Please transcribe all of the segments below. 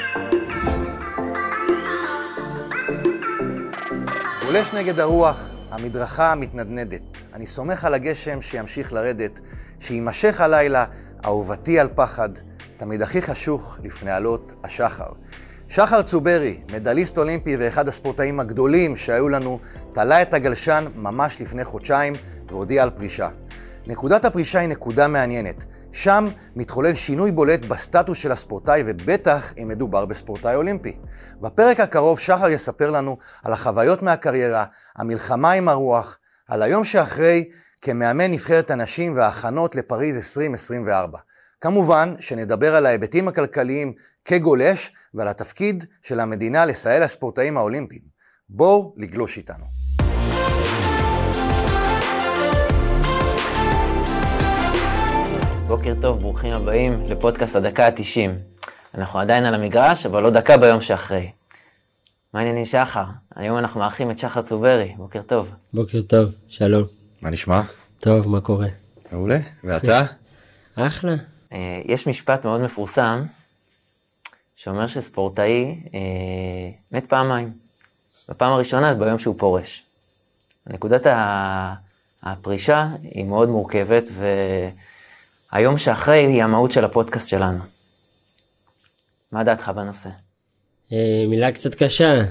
גולש נגד הרוח, המדרכה מתנדנדת. אני סומך על הגשם שימשיך לרדת, שימשך הלילה, אהובתי על פחד, תמיד הכי חשוך לפני עלות השחר. שחר צוברי, מדליסט אולימפי ואחד הספורטאים הגדולים שהיו לנו, תלה את הגלשן ממש לפני חודשיים והודיע על פרישה. נקודת הפרישה היא נקודה מעניינת. שם מתחולל שינוי בולט בסטטוס של הספורטאי, ובטח אם מדובר בספורטאי אולימפי. בפרק הקרוב שחר יספר לנו על החוויות מהקריירה, המלחמה עם הרוח, על היום שאחרי כמאמן נבחרת הנשים וההכנות לפריז 2024. כמובן שנדבר על ההיבטים הכלכליים כגולש ועל התפקיד של המדינה לסייע לספורטאים האולימפיים. בואו לגלוש איתנו. בוקר טוב, ברוכים הבאים לפודקאסט הדקה ה-90. אנחנו עדיין על המגרש, אבל לא דקה ביום שאחרי. מה העניינים שחר? היום אנחנו מארחים את שחר צוברי. בוקר טוב. בוקר טוב, שלום. מה נשמע? טוב, מה קורה? מעולה. ואתה? אחלה. יש משפט מאוד מפורסם, שאומר שספורטאי מת פעמיים. בפעם הראשונה ביום שהוא פורש. נקודת הפרישה היא מאוד מורכבת, והיום שאחרי היא המהות של הפודקאסט שלנו. מה דעתך בנושא? מילה קצת קשה.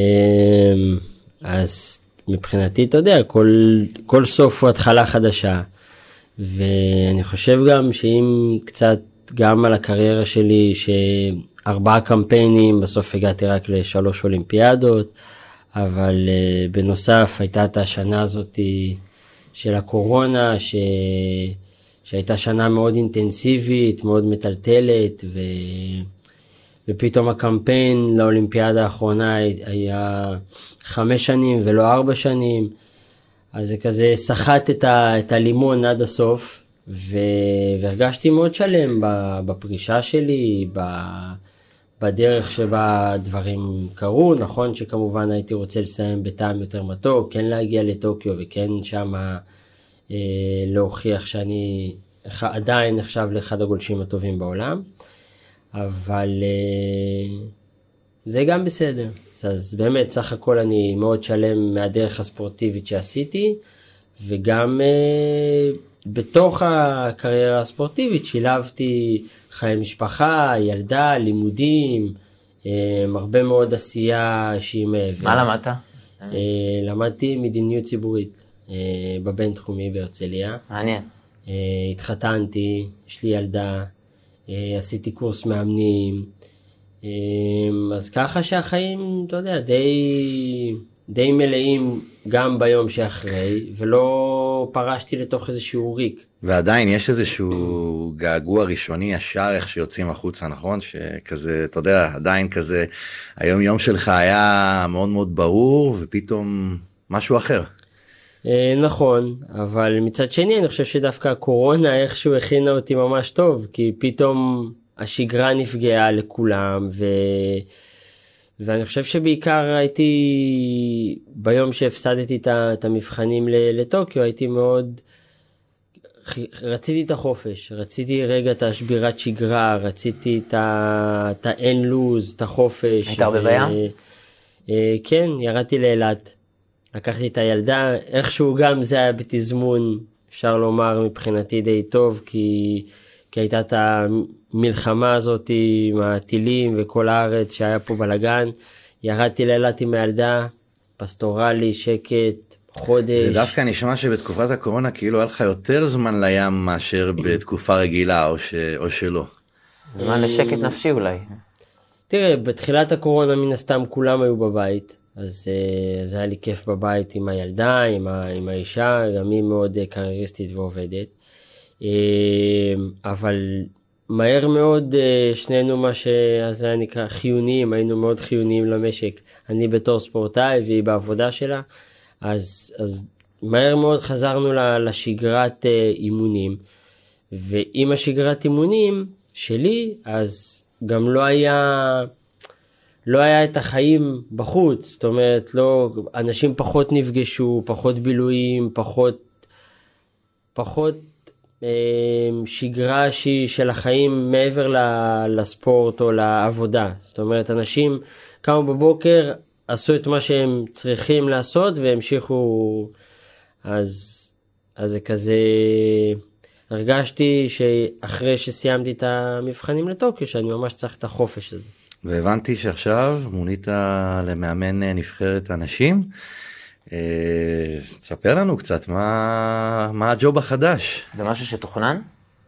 אז מבחינתי, אתה יודע, כל סוף הוא התחלה חדשה. ואני חושב גם שאם קצת גם על הקריירה שלי, ש4 קמפיינים, בסוף הגעתי רק ל3 אולימפיאדות, אבל בנוסף הייתה את השנה הזאת של הקורונה, שהייתה שנה מאוד אינטנסיבית, מאוד מטלטלת, ופתאום הקמפיין לאולימפיאדה האחרונה היה 5 שנים ולא 4 שנים, אז זה כזה שחט את הלימון עד הסוף, והרגשתי מאוד שלם בפרישה שלי, בדרך שבה דברים קרו. נכון שכמובן הייתי רוצה לסיים בטעם יותר מתוק, כן להגיע לטוקיו וכן שם להוכיח שאני עדיין נחשב לאחד הגולשים הטובים בעולם, אבל זה גם בסדר. אז באמת סך הכל אני מאוד שלם מהדרך הספורטיבית שעשיתי, וגם בתוך הקריירה הספורטיבית שילבתי חיי משפחה, ילדה, לימודים, הרבה מאוד עשייה שהיא מעבר. מה למדת? למדתי מדיניות ציבורית בבינתחומי בהרצליה. מעניין. התחתנתי, יש לי ילדה, עשיתי קורס מאמנים, אז ככה שהחיים, אתה יודע, די מלאים גם ביום שאחרי, ולא פרשתי לתוך איזשהו ריק. ועדיין יש איזשהו געגוע ראשוני ישר איך שיוצאים החוצה, נכון? שכזה, אתה יודע, עדיין כזה, היום יום שלך היה מאוד מאוד ברור, ופתאום משהו אחר. נכון, אבל מצד שני אני חושב שדווקא הקורונה איכשהו הכינה אותי ממש טוב, כי פתאום השגרה נפגעה לכולם, ואני חושב שבעיקר הייתי, ביום שהפסדתי את המבחנים לטוקיו, הייתי מאוד, רציתי את החופש, רציתי רגע את השבירת שגרה, רציתי את האין לוז, את החופש. היית הרבה בים? כן, ירדתי לאילת, לקחתי את הילדה, איכשהו גם זה היה בתזמון, אפשר לומר מבחינתי די טוב, כי הייתה את המלחמה הזאת עם הטילים וכל הארץ שהיה פה בלגן. ירדתי לאילת עם הילדה, פסטורלי, שקט, חודש. זה דווקא נשמע שבתקופת הקורונה כאילו היה לך יותר זמן לים מאשר בתקופה רגילה או שלא. זמן לשקט נפשי אולי. תראה, בתחילת הקורונה מן הסתם כולם היו בבית, אז זה היה לי כיף בבית עם הילדה, עם האישה, גם היא מאוד קרייריסטית ועובדת. אבל מהר מאוד שנינו מה שזה היה נקרא חיוניים, היינו מאוד חיוניים למשק, אני בתור ספורטאי והיא בעבודה שלה, אז מהר מאוד חזרנו לשגרת אימונים, ועם השגרת אימונים שלי אז גם לא היה את החיים בחוץ, זאת אומרת לא, אנשים פחות נפגשו, פחות בילויים, פחות שגרה שהיא של החיים מעבר לספורט או לעבודה. זאת אומרת, אנשים קמו בבוקר, עשו את מה שהם צריכים לעשות והמשיכו, אז זה כזה, הרגשתי שאחרי שסיימתי את המבחנים לטוקיו, שאני ממש צריך את החופש הזה. והבנתי שעכשיו מונית למאמן נבחרת הנשים. תספר לנו קצת, מה הג'וב החדש? זה משהו שתוכנן?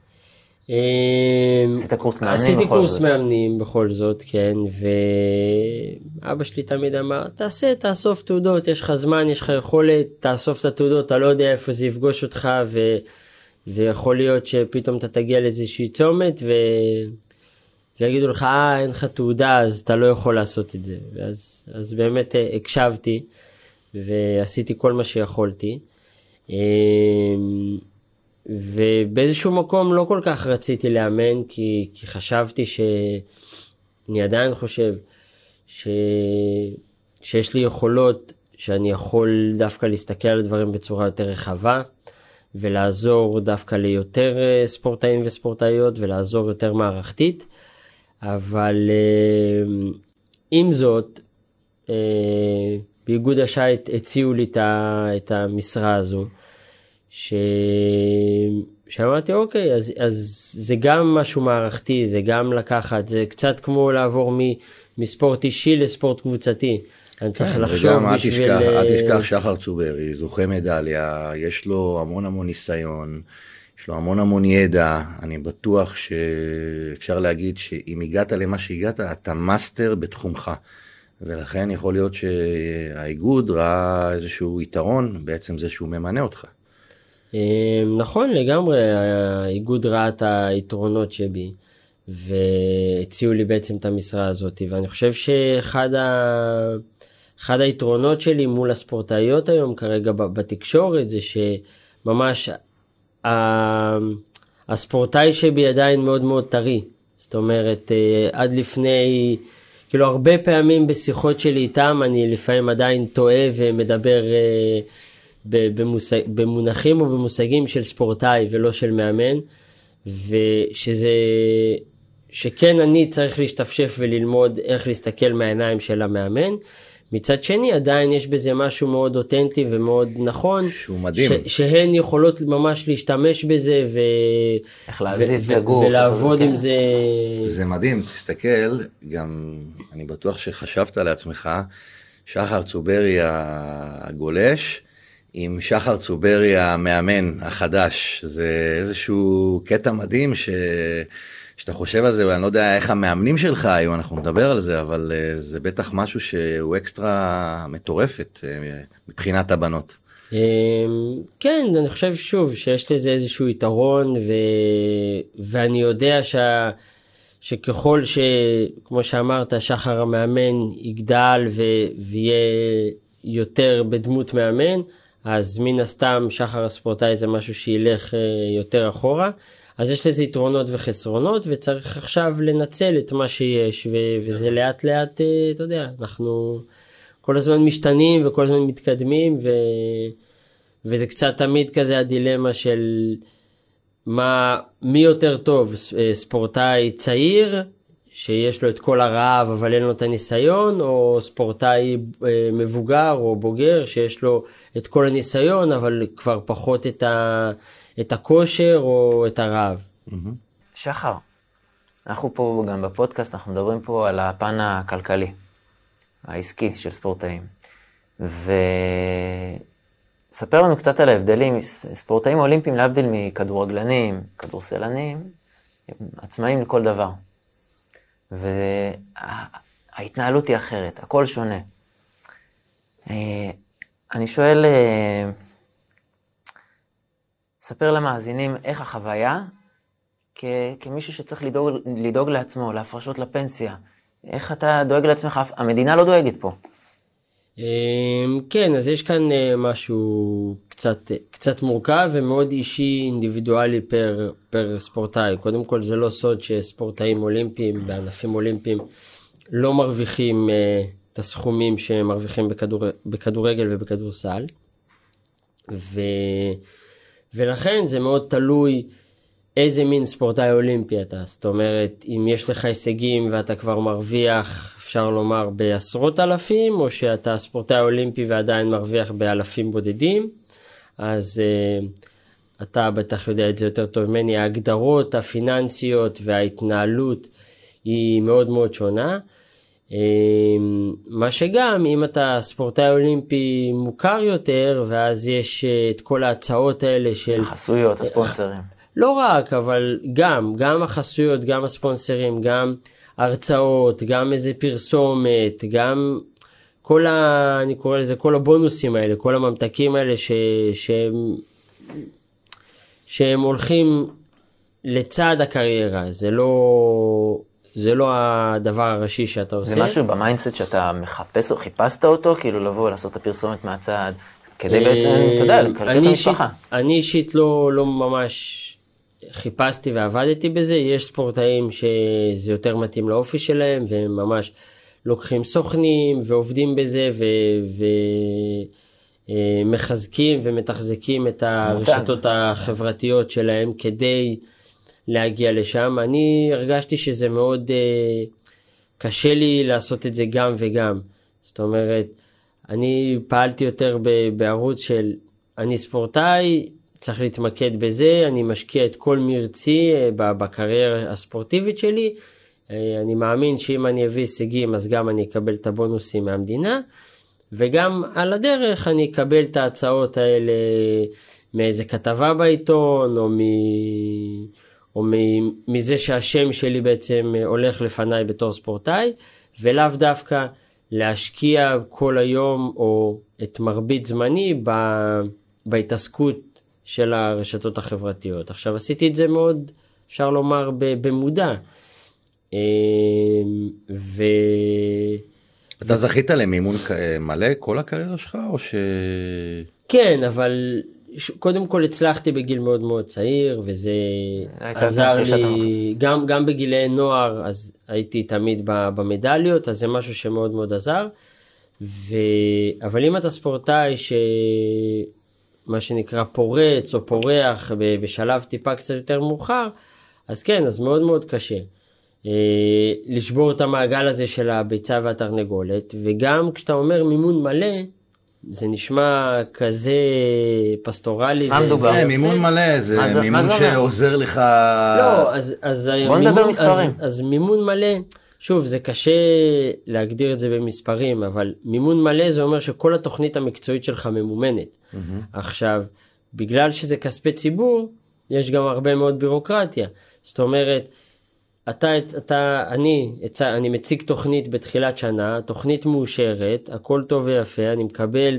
עשית קורס מאמנים עשיתי בכל קורס זאת? מאמנים בכל זאת, כן, ואבא שלי תמיד אמר, תאסוף תעודות, יש לך זמן, יש לך יכולת, תאסוף את התעודות, אתה לא יודע איפה זה יפגוש אותך, ויכול להיות שפתאום אתה תגיע לאיזושהי צומת, ויגידו לך, אין לך תעודה, אז אתה לא יכול לעשות את זה. אז באמת הקשבתי, ועשיתי כל מה שיכולתי. ובאיזשהו מקום לא כל כך רציתי לאמן, כי חשבתי אני עדיין חושב שיש לי יכולות שאני יכול דווקא להסתכל על הדברים בצורה יותר רחבה, ולעזור דווקא ליותר ספורטאים וספורטאיות, ולעזור יותר מערכתית. אבל עם זאת, באיגוד השייט הציעו לי את המשרה הזו, שאמרתי, אוקיי, אז זה גם משהו מערכתי, זה גם לקחת, זה קצת כמו לעבור מספורט אישי לספורט קבוצתי. אני צריך לחשוב בשביל... אל תשכח שחר צוברי, זוכה מדליה, יש לו המון ניסיון, יש לו המון ידע, אני בטוח שאפשר להגיד שאם הגעת למה שהגעת, אתה מאסטר בתחומך. ולכן יכול להיות שהאיגוד ראה איזשהו יתרון, בעצם זה שהוא ממנה אותך. נכון, לגמרי, האיגוד ראה את היתרונות שבי, והציעו לי בעצם את המשרה הזאת, ואני חושב שאחד היתרונות שלי מול הספורטאיות היום, כרגע בתקשורת, זה שממש הספורטאי שבי עדיין מאוד מאוד טרי. זאת אומרת, עד לפני... כאילו הרבה פעמים בשיחות שלי איתם, אני לפעמים עדיין טועה ומדבר במונחים או במושגים של ספורטאי ולא של מאמן, שכן אני צריך להשתפשף וללמוד איך להסתכל מהעיניים של המאמן. מצד שני עדיין יש בזה משהו מאוד אותנטי ומאוד נכון, שהוא מדהים. שהן יכולות ממש להשתמש בזה איך להזיז את הגוף ולעבוד עם זה. זה מדהים, תסתכל, גם אני בטוח שחשבת לעצמך, שחר צוברי הגולש, עם שחר צוברי המאמן החדש, זה איזשהו קטע מדהים שאתה חושב על זה, ואני לא יודע איך המאמנים שלך היום, אנחנו נדבר על זה, אבל זה בטח משהו שהוא אקסטרה מטורפת מבחינת הבנות. כן, אני חושב שוב שיש לזה איזשהו יתרון, ואני יודע שככל כמו שאמרת, שחר המאמן יגדל ויהיה יותר בדמות מאמן, אז מן הסתם שחר הספורטאי זה משהו שילך יותר אחורה. אז יש לזה יתרונות וחסרונות, וצריך עכשיו לנצל את מה שיש, וזה לאט לאט, אתה יודע, אנחנו כל הזמן משתנים וכל הזמן מתקדמים, וזה קצת תמיד כזה הדילמה של מי יותר טוב, ספורטאי צעיר, שיש לו את כל הרעב אבל אין לו את הניסיון, או ספורטאי מבוגר או בוגר, שיש לו את כל הניסיון אבל כבר פחות את הכושר או את הרעב. שחר, אנחנו פה גם בפודקאסט, אנחנו מדברים פה על הפן הכלכלי, העסקי של ספורטאים. וספר לנו קצת על ההבדלים, ספורטאים אולימפיים להבדיל מכדורגלנים, כדורסלנים, עצמאים לכל דבר. וההתנהלות היא אחרת, הכל שונה. אני שואל, ספר למאזינים איך החוויה, כמישהו שצריך לדאוג לעצמו, להפרשות לפנסיה. איך אתה דואג לעצמך? המדינה לא דואגת פה. כן, אז יש כאן משהו קצת מורכב ומאוד אישי, אינדיבידואלי פר ספורטאי. קודם כל זה לא סוד שספורטאים אולימפיים, בענפים אולימפיים, לא מרוויחים את הסכומים שמרוויחים בכדורגל ובכדורסל. ולכן זה מאוד תלוי איזה מין ספורטאי אולימפי אתה. זאת אומרת, אם יש לך הישגים ואתה כבר מרוויח, אפשר לומר, בעשרות אלפים, או שאתה ספורטאי אולימפי ועדיין מרוויח באלפים בודדים, אז אתה בטח יודע את זה יותר טוב ממני. ההגדרות הפיננסיות וההתנהלות היא מאוד מאוד שונה. מה שגם, אם אתה ספורטאי אולימפי מוכר יותר, ואז יש את כל ההצעות האלה של... החסויות, הספונסרים. לא רק, אבל גם החסויות, גם הספונסרים, גם הרצאות, גם איזה פרסומת, גם כל אני קורא לזה, כל הבונוסים האלה, כל הממתקים האלה שהם הולכים לצד הקריירה. זה לא הדבר הראשי שאתה עושה. זה משהו במיינדסט שאתה מחפש או חיפשת אותו, כאילו לבוא ולעשות את הפרסומת מהצד, כדי בעצם, אתה יודע, לקלקל את המשפחה. אני אישית לא ממש חיפשתי ועבדתי בזה. יש ספורטאים שזה יותר מתאים לאופי שלהם, והם ממש לוקחים סוכנים ועובדים בזה, ומחזקים ומתחזקים את הרשתות החברתיות שלהם כדי להגיע לשם. אני הרגשתי שזה מאוד קשה לי לעשות את זה גם וגם. זאת אומרת, אני פעלתי יותר בערוץ של אני ספורטאי, צריך להתמקד בזה, אני משקיע את כל מרצי בקריירה הספורטיבית שלי. אני מאמין שאם אני אביא הישגים, אז גם אני אקבל את הבונוסים מהמדינה, וגם על הדרך אני אקבל את ההצעות האלה מאיזה כתבה בעיתון, או מזה שהשם שלי בעצם הולך לפניי בתור ספורטאי, ולאו דווקא להשקיע כל היום או את מרבית זמני בהתעסקות של הרשתות החברתיות. עכשיו עשיתי את זה מאוד, אפשר לומר, במודע. אתה זכית למימון מלא כל הקריירה שלך, או כן, אבל קודם כל הצלחתי בגיל מאוד מאוד צעיר, וזה עזר לי, גם בגילי נוער, אז הייתי תמיד במדליות, אז זה משהו שמאוד מאוד עזר. אבל אם אתה ספורטאי מה שנקרא פורץ או פורח בשלב טיפה קצת יותר מאוחר, אז כן, אז מאוד מאוד קשה לשבור את המעגל הזה של הביצה והתרנגולת. וגם כשאתה אומר מימון מלא, זה נשמע כזה פסטורלי. מה מדובר? מימון מלא, זה מימון שעוזר לך... לא, בוא נדבר מספרים. אז מימון מלא, שוב, זה קשה להגדיר את זה במספרים, אבל מימון מלא זה אומר שכל התוכנית המקצועית שלך ממומנת. עכשיו, בגלל שזה כספי ציבור, יש גם הרבה מאוד בירוקרטיה. זאת אומרת, אני מציג תוכנית בתחילת שנה, תוכנית מאושרת, הכל טוב ויפה, אני מקבל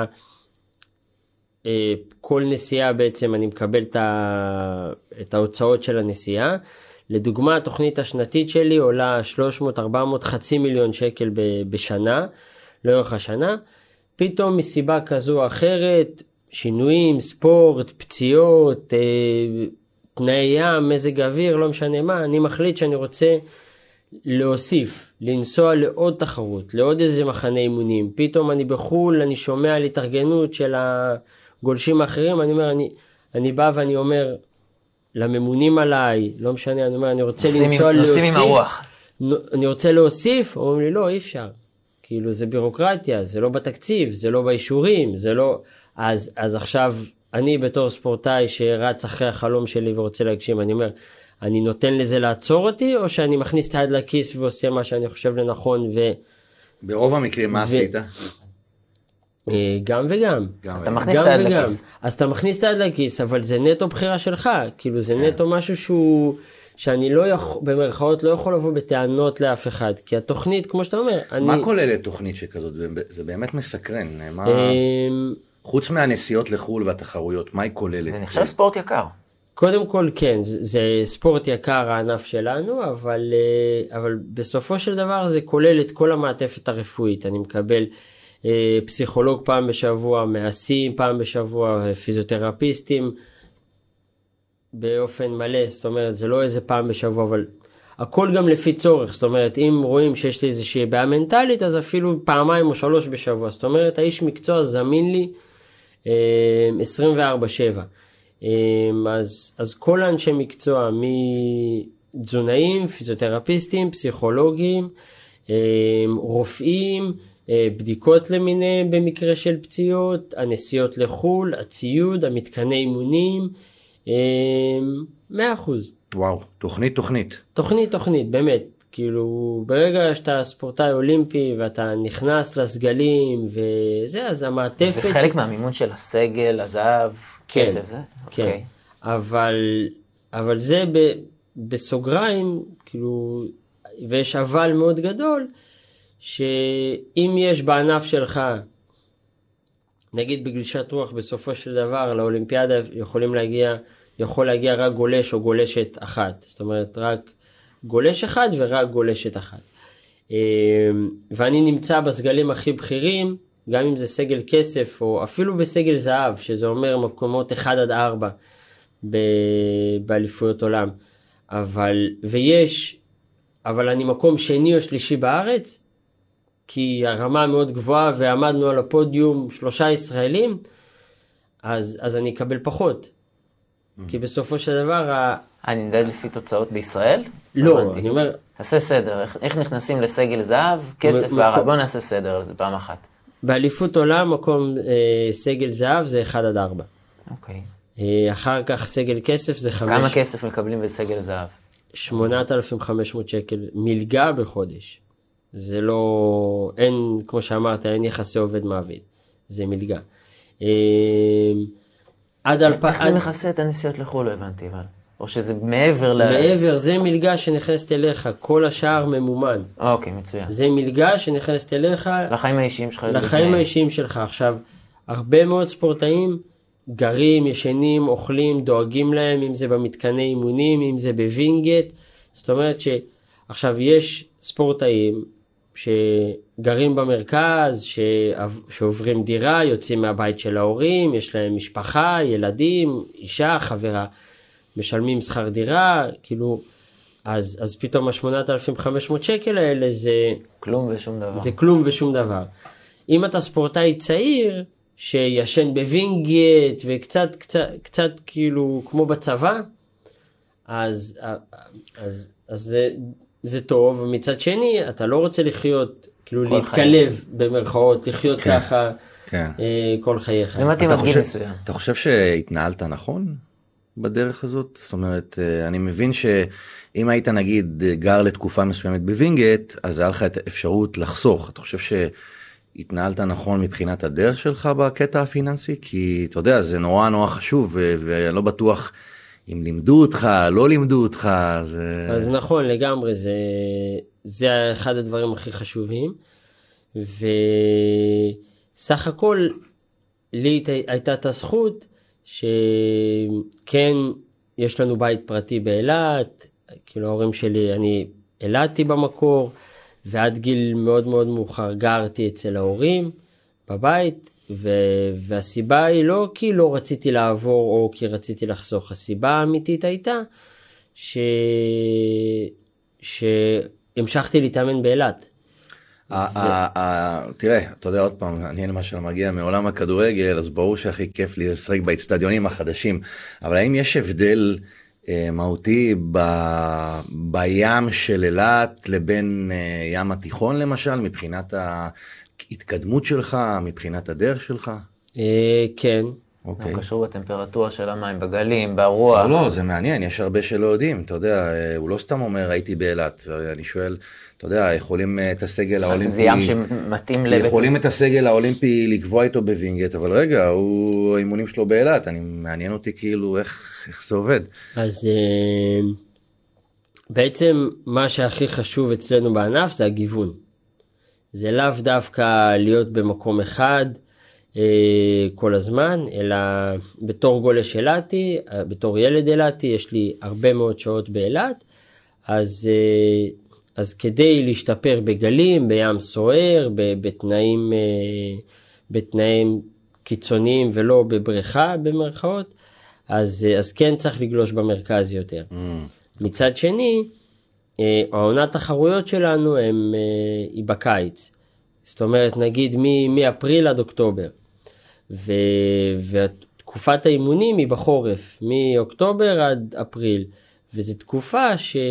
כל נסיעה בעצם, אני מקבל את ההוצאות של הנסיעה. לדוגמה, התוכנית השנתית שלי עולה 300, 400, חצי מיליון שקל בשנה, לאורך השנה. פתאום מסיבה כזו או אחרת, שינויים, ספורט, פציעות, תנאי ים, מזג אוויר, לא משנה מה, אני מחליט שאני רוצה להוסיף, לנסוע לעוד תחרות, לעוד איזה מחנה אימונים. פתאום אני בחול, אני שומע על התארגנות של הגולשים האחרים, אני בא ואני אומר לממונים עליי, לא משנה, אני אומר, אני רוצה לנסוע להוסיף, אני רוצה להוסיף, אומרים לי, לא, אי אפשר. כאילו זה בירוקרטיה, זה לא בתקציב, זה לא באישורים, זה לא... אז עכשיו אני בתור ספורטאי שרץ אחרי החלום שלי ורוצה להגשים, אני אומר, אני נותן לזה לעצור אותי, או שאני מכניס את היד לכיס ועושה מה שאני חושב לנכון ברוב המקרים מה עשית? גם וגם. אז אתה מכניס את היד לכיס. אז אתה מכניס את היד לכיס, אבל זה נטו בחירה שלך, כאילו זה נטו משהו שאני לא יכול, במרכאות לא יכול לבוא בטענות לאף אחד, כי התוכנית, כמו שאתה אומר, מה כוללת תוכנית שכזאת? זה באמת מסקרן. חוץ מהנסיעות לחול והתחרויות, מה היא כוללת? זה נחשב ספורט יקר. קודם כל כן, זה ספורט יקר הענף שלנו, אבל בסופו של דבר זה כולל את כל המעטפת הרפואית. אני מקבל פסיכולוג פעם בשבוע, מעשים פעם בשבוע, פיזיותרפיסטים באופן מלא, זאת אומרת זה לא איזה פעם בשבוע, אבל הכל גם לפי צורך. זאת אומרת, אם רואים שיש לי איזושהי בעיה מנטלית, אז אפילו פעמיים או 3 בשבוע. זאת אומרת, האיש מקצוע זמין לי 24/7. אז כל האנשי מקצוע, מתזונאים, פיזיותרפיסטים, פסיכולוגים, רופאים, בדיקות למיניהם במקרה של פציעות, הנסיעות לחול, הציוד, המתקני אימונים, 100%. וואו, תוכנית. תוכנית, באמת. כאילו, ברגע שאתה ספורטאי אולימפי ואתה נכנס לסגלים וזה, אז המעטפת... זה חלק מהמימון של הסגל, הזהב, כסף, זה? כן, אבל זה בסוגריים, כאילו, ויש אבל מאוד גדול, שאם יש בענף שלך, נגיד בגלישת רוח בסופו של דבר, לאולימפיאדה יכול להגיע רק גולש או גולשת אחת. זאת אומרת, רק גולש אחד ורק גולשת אחת. ואני נמצא בסגלים הכי בכירים, גם אם זה סגל כסף או אפילו בסגל זהב, שזה אומר מקומות 1-4 באליפויות עולם. אבל אני מקום שני או שלישי בארץ, כי הרמה מאוד גבוהה ועמדנו על הפודיום 3 ישראלים, אז אני אקבל פחות. כי בסופו של דבר... אני נדד לפי תוצאות בישראל? לא, אני אומר... תעשה סדר, איך נכנסים לסגל זהב, כסף וערד, בוא נעשה סדר לזה פעם אחת. באליפות עולם, מקום סגל זהב זה 1-4. אוקיי. אחר כך סגל כסף זה 5... כמה כסף מקבלים בסגל זהב? 8,500 שקל מלגה בחודש. זה לא... אין, כמו שאמרת, אין יחסי עובד מעביד. זה מלגה. איך זה מכסה את הנסיעות לחו"ל, לא הבנתי, אבל... או שזה מעבר מעבר, זה מלגה שנכנסת אליך, כל השאר ממומן. אוקיי, מצוין. זה מלגה שנכנסת אליך... לחיים האישיים שלך. לחיים האישיים שלך. עכשיו, הרבה מאוד ספורטאים גרים, ישנים, אוכלים, דואגים להם, אם זה במתקני אימונים, אם זה בווינגייט. זאת אומרת שעכשיו יש ספורטאים שגרים במרכז, שעוברים דירה, יוצאים מהבית של ההורים, יש להם משפחה, ילדים, אישה, חברה. משלמים שכר דירה, כאילו, אז פתאום ה-8,500 שקל האלה זה... כלום ושום דבר. זה כלום ושום דבר. אם אתה ספורטאי צעיר, שישן בווינגייט, וקצת כאילו כמו בצבא, אז זה טוב, ומצד שני, אתה לא רוצה לחיות, כאילו להתקלב במרכאות, לחיות ככה כל חייך. זה מתאים עד גיל מסוים. אתה חושב שהתנהלת נכון? בדרך הזאת? זאת אומרת, אני מבין שאם היית נגיד גר לתקופה מסוימת בווינגייט, אז היה לך את האפשרות לחסוך. אתה חושב שהתנהלת נכון מבחינת הדרך שלך בקטע הפיננסי? כי אתה יודע, זה נורא חשוב, ולא בטוח אם לימדו אותך, לא לימדו אותך. אז נכון, לגמרי, זה אחד הדברים הכי חשובים. וסך הכל, לי הייתה את הזכות, שכן, יש לנו בית פרטי באילת, כאילו ההורים שלי, אני אילתי במקור, ועד גיל מאוד מאוד מאוחר גרתי אצל ההורים בבית, והסיבה היא לא כי לא רציתי לעבור או כי רציתי לחסוך, הסיבה האמיתית הייתה שהמשכתי להתאמן באילת. תראה, אתה יודע עוד פעם, אני למשל מגיע מעולם הכדורגל, אז ברור שהכי כיף לי לשחק באצטדיונים החדשים, אבל האם יש הבדל מהותי בים של אילת לבין ים התיכון למשל, מבחינת ההתקדמות שלך, מבחינת הדרך שלך? כן. זה קשור בטמפרטורה של המים, בגלים, ברוח. לא, זה מעניין, יש הרבה שלא יודעים, אתה יודע, הוא לא סתם אומר, הייתי באילת, ואני שואל, אתה יודע, יכולים את הסגל האולימפי... זה ים שמתאים לבית... יכולים את הסגל האולימפי לקבוע איתו בווינגייט, אבל רגע, האימונים שלו באילת, מעניין אותי כאילו איך זה עובד. אז בעצם מה שהכי חשוב אצלנו בענף זה הגיוון. זה לאו דווקא להיות במקום אחד כל הזמן, אלא בתור גולש אילתי, בתור ילד אילתי, יש לי הרבה מאוד שעות באילת, אז כדי להשתפר בגלים, בים סוער, בתנאים קיצוניים ולא בבריכה במרכאות, אז כן צריך לגלוש במרכז יותר. מצד שני, העונת תחרויות שלנו היא בקיץ. זאת אומרת, נגיד מאפריל עד אוקטובר. תקופת האימונים היא בחורף, מאוקטובר עד אפריל, וזו תקופה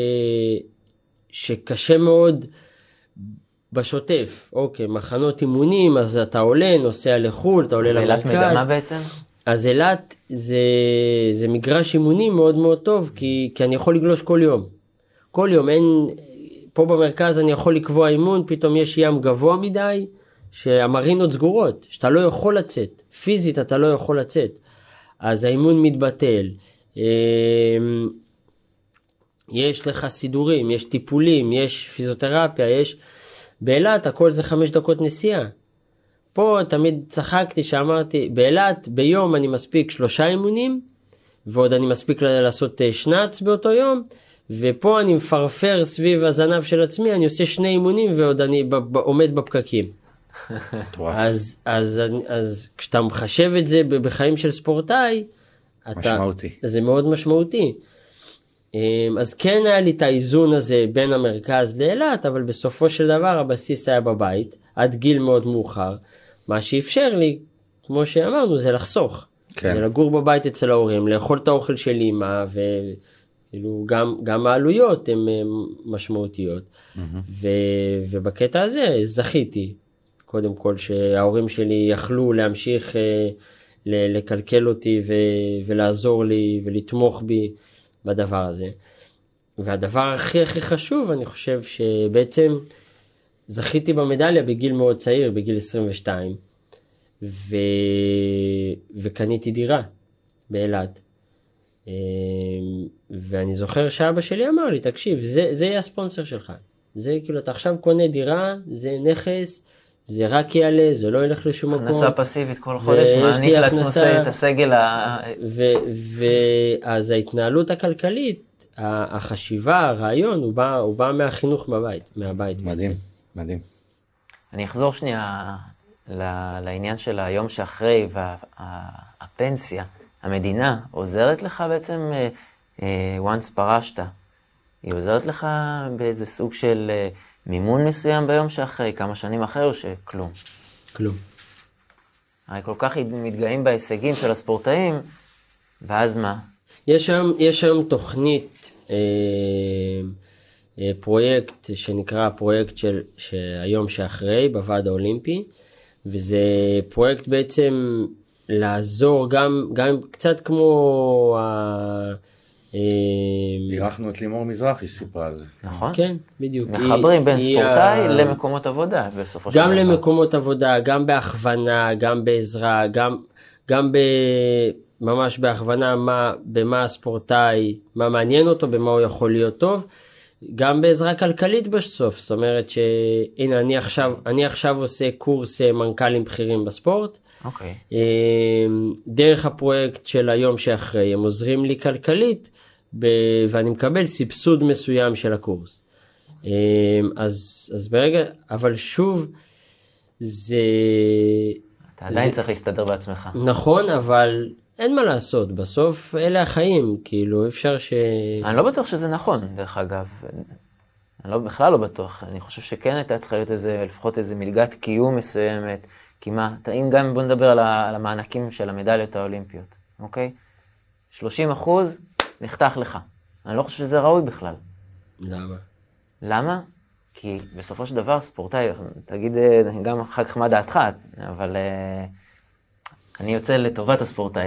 שקשה מאוד בשוטף. אוקיי, מחנות אימונים, אז אתה עולה, נוסע לחול, אתה עולה למרכז. זה אילת מדמה בעצם? אז אילת זה מגרש אימונים מאוד מאוד טוב, כי אני יכול לגלוש כל יום. כל יום, פה במרכז אני יכול לקבוע אימון, פתאום יש ים גבוה מדי, שהמרינות סגורות, שאתה לא יכול לצאת. פיזית אתה לא יכול לצאת. אז האימון מתבטל. יש לך סידורים, יש טיפולים, יש פיזיותרפיה, באילת הכל זה 5 דקות נסיעה. פה תמיד צחקתי שאמרתי, באילת ביום אני מספיק 3 אימונים, ועוד אני מספיק לעשות שנץ באותו יום, ופה אני מפרפר סביב הזנב של עצמי, אני עושה 2 אימונים ועוד אני עומד בפקקים. אז כשאתה מחשב את זה בחיים של ספורטאי, משמעותי. זה מאוד משמעותי. אז כן היה לי את האיזון הזה בין המרכז לאילת, אבל בסופו של דבר הבסיס היה בבית, עד גיל מאוד מאוחר. מה שאפשר לי, כמו שאמרנו, זה לחסוך. כן. זה לגור בבית אצל ההורים, לאכול את האוכל של אמא, וכאילו גם העלויות הן משמעותיות. ובקטע הזה זכיתי, קודם כל שההורים שלי יכלו להמשיך לקלקל אותי ולעזור לי ולתמוך בי בדבר הזה. והדבר הכי חשוב, אני חושב שבעצם זכיתי במדליה בגיל מאוד צעיר, בגיל 22, וקניתי דירה באילת. ואני זוכר שאבא שלי אמר לי, תקשיב, זה יהיה הספונסר שלך. זה כאילו, אתה עכשיו קונה דירה, זה נכס, זה רק יעלה, זה לא ילך לשום מקום. הכנסה פסיבית כל חודש, מעניק לעצמו את הסגל ואז ההתנהלות הכלכלית, החשיבה, הרעיון, הוא בא מהחינוך מהבית. מדהים, מדהים. אני אחזור שנייה לעניין של היום שאחרי, והפנסיה, המדינה עוזרת לך בעצם, once פרשת, היא עוזרת לך באיזה סוג של מימון מסוים ביום שאחרי, כמה שנים אחרי או שכלום? כלום. הרי כל כך מתגאים בהישגים של הספורטאים, ואז מה? יש היום תוכנית, פרויקט שנקרא פרויקט של היום שאחרי בוועד האולימפי, וזה פרויקט בעצם לעזור גם קצת כמו אירחנו את לימור מזרחי שסיפרה על זה. נכון? כן, בדיוק. מחברים בין ספורטאי למקומות עבודה בסופו של דבר. גם למקומות עבודה, גם בהכוונה, גם בעזרה, גם ממש בהכוונה במה הספורטאי, מה מעניין אותו, במה הוא יכול להיות טוב, גם בעזרה כלכלית בסוף. זאת אומרת שהנה אני עכשיו עושה קורס מנכ"לים בכירים בספורט, אוקיי. דרך הפרויקט של היום שאחרי, הם עוזרים לי כלכלית, ואני מקבל סבסוד מסוים של הקורס. אז ברגע, אבל שוב, זה... אתה עדיין צריך להסתדר בעצמך. נכון, אבל אין מה לעשות, בסוף אלה החיים, כאילו אפשר אני לא בטוח שזה נכון, דרך אגב. אני בכלל לא בטוח. אני חושב שכן הייתה צריכה להיות לפחות איזה מלגת קיום מסוימת, כי מה, אם גם בוא נדבר על המענקים של המדליות האולימפיות, אוקיי? 30% נחתך לך. אני לא חושב שזה ראוי בכלל. למה? למה? כי בסופו של דבר ספורטאי, תגיד גם אחר כך מה דעתך, אבל אני יוצא לטובת הספורטאי.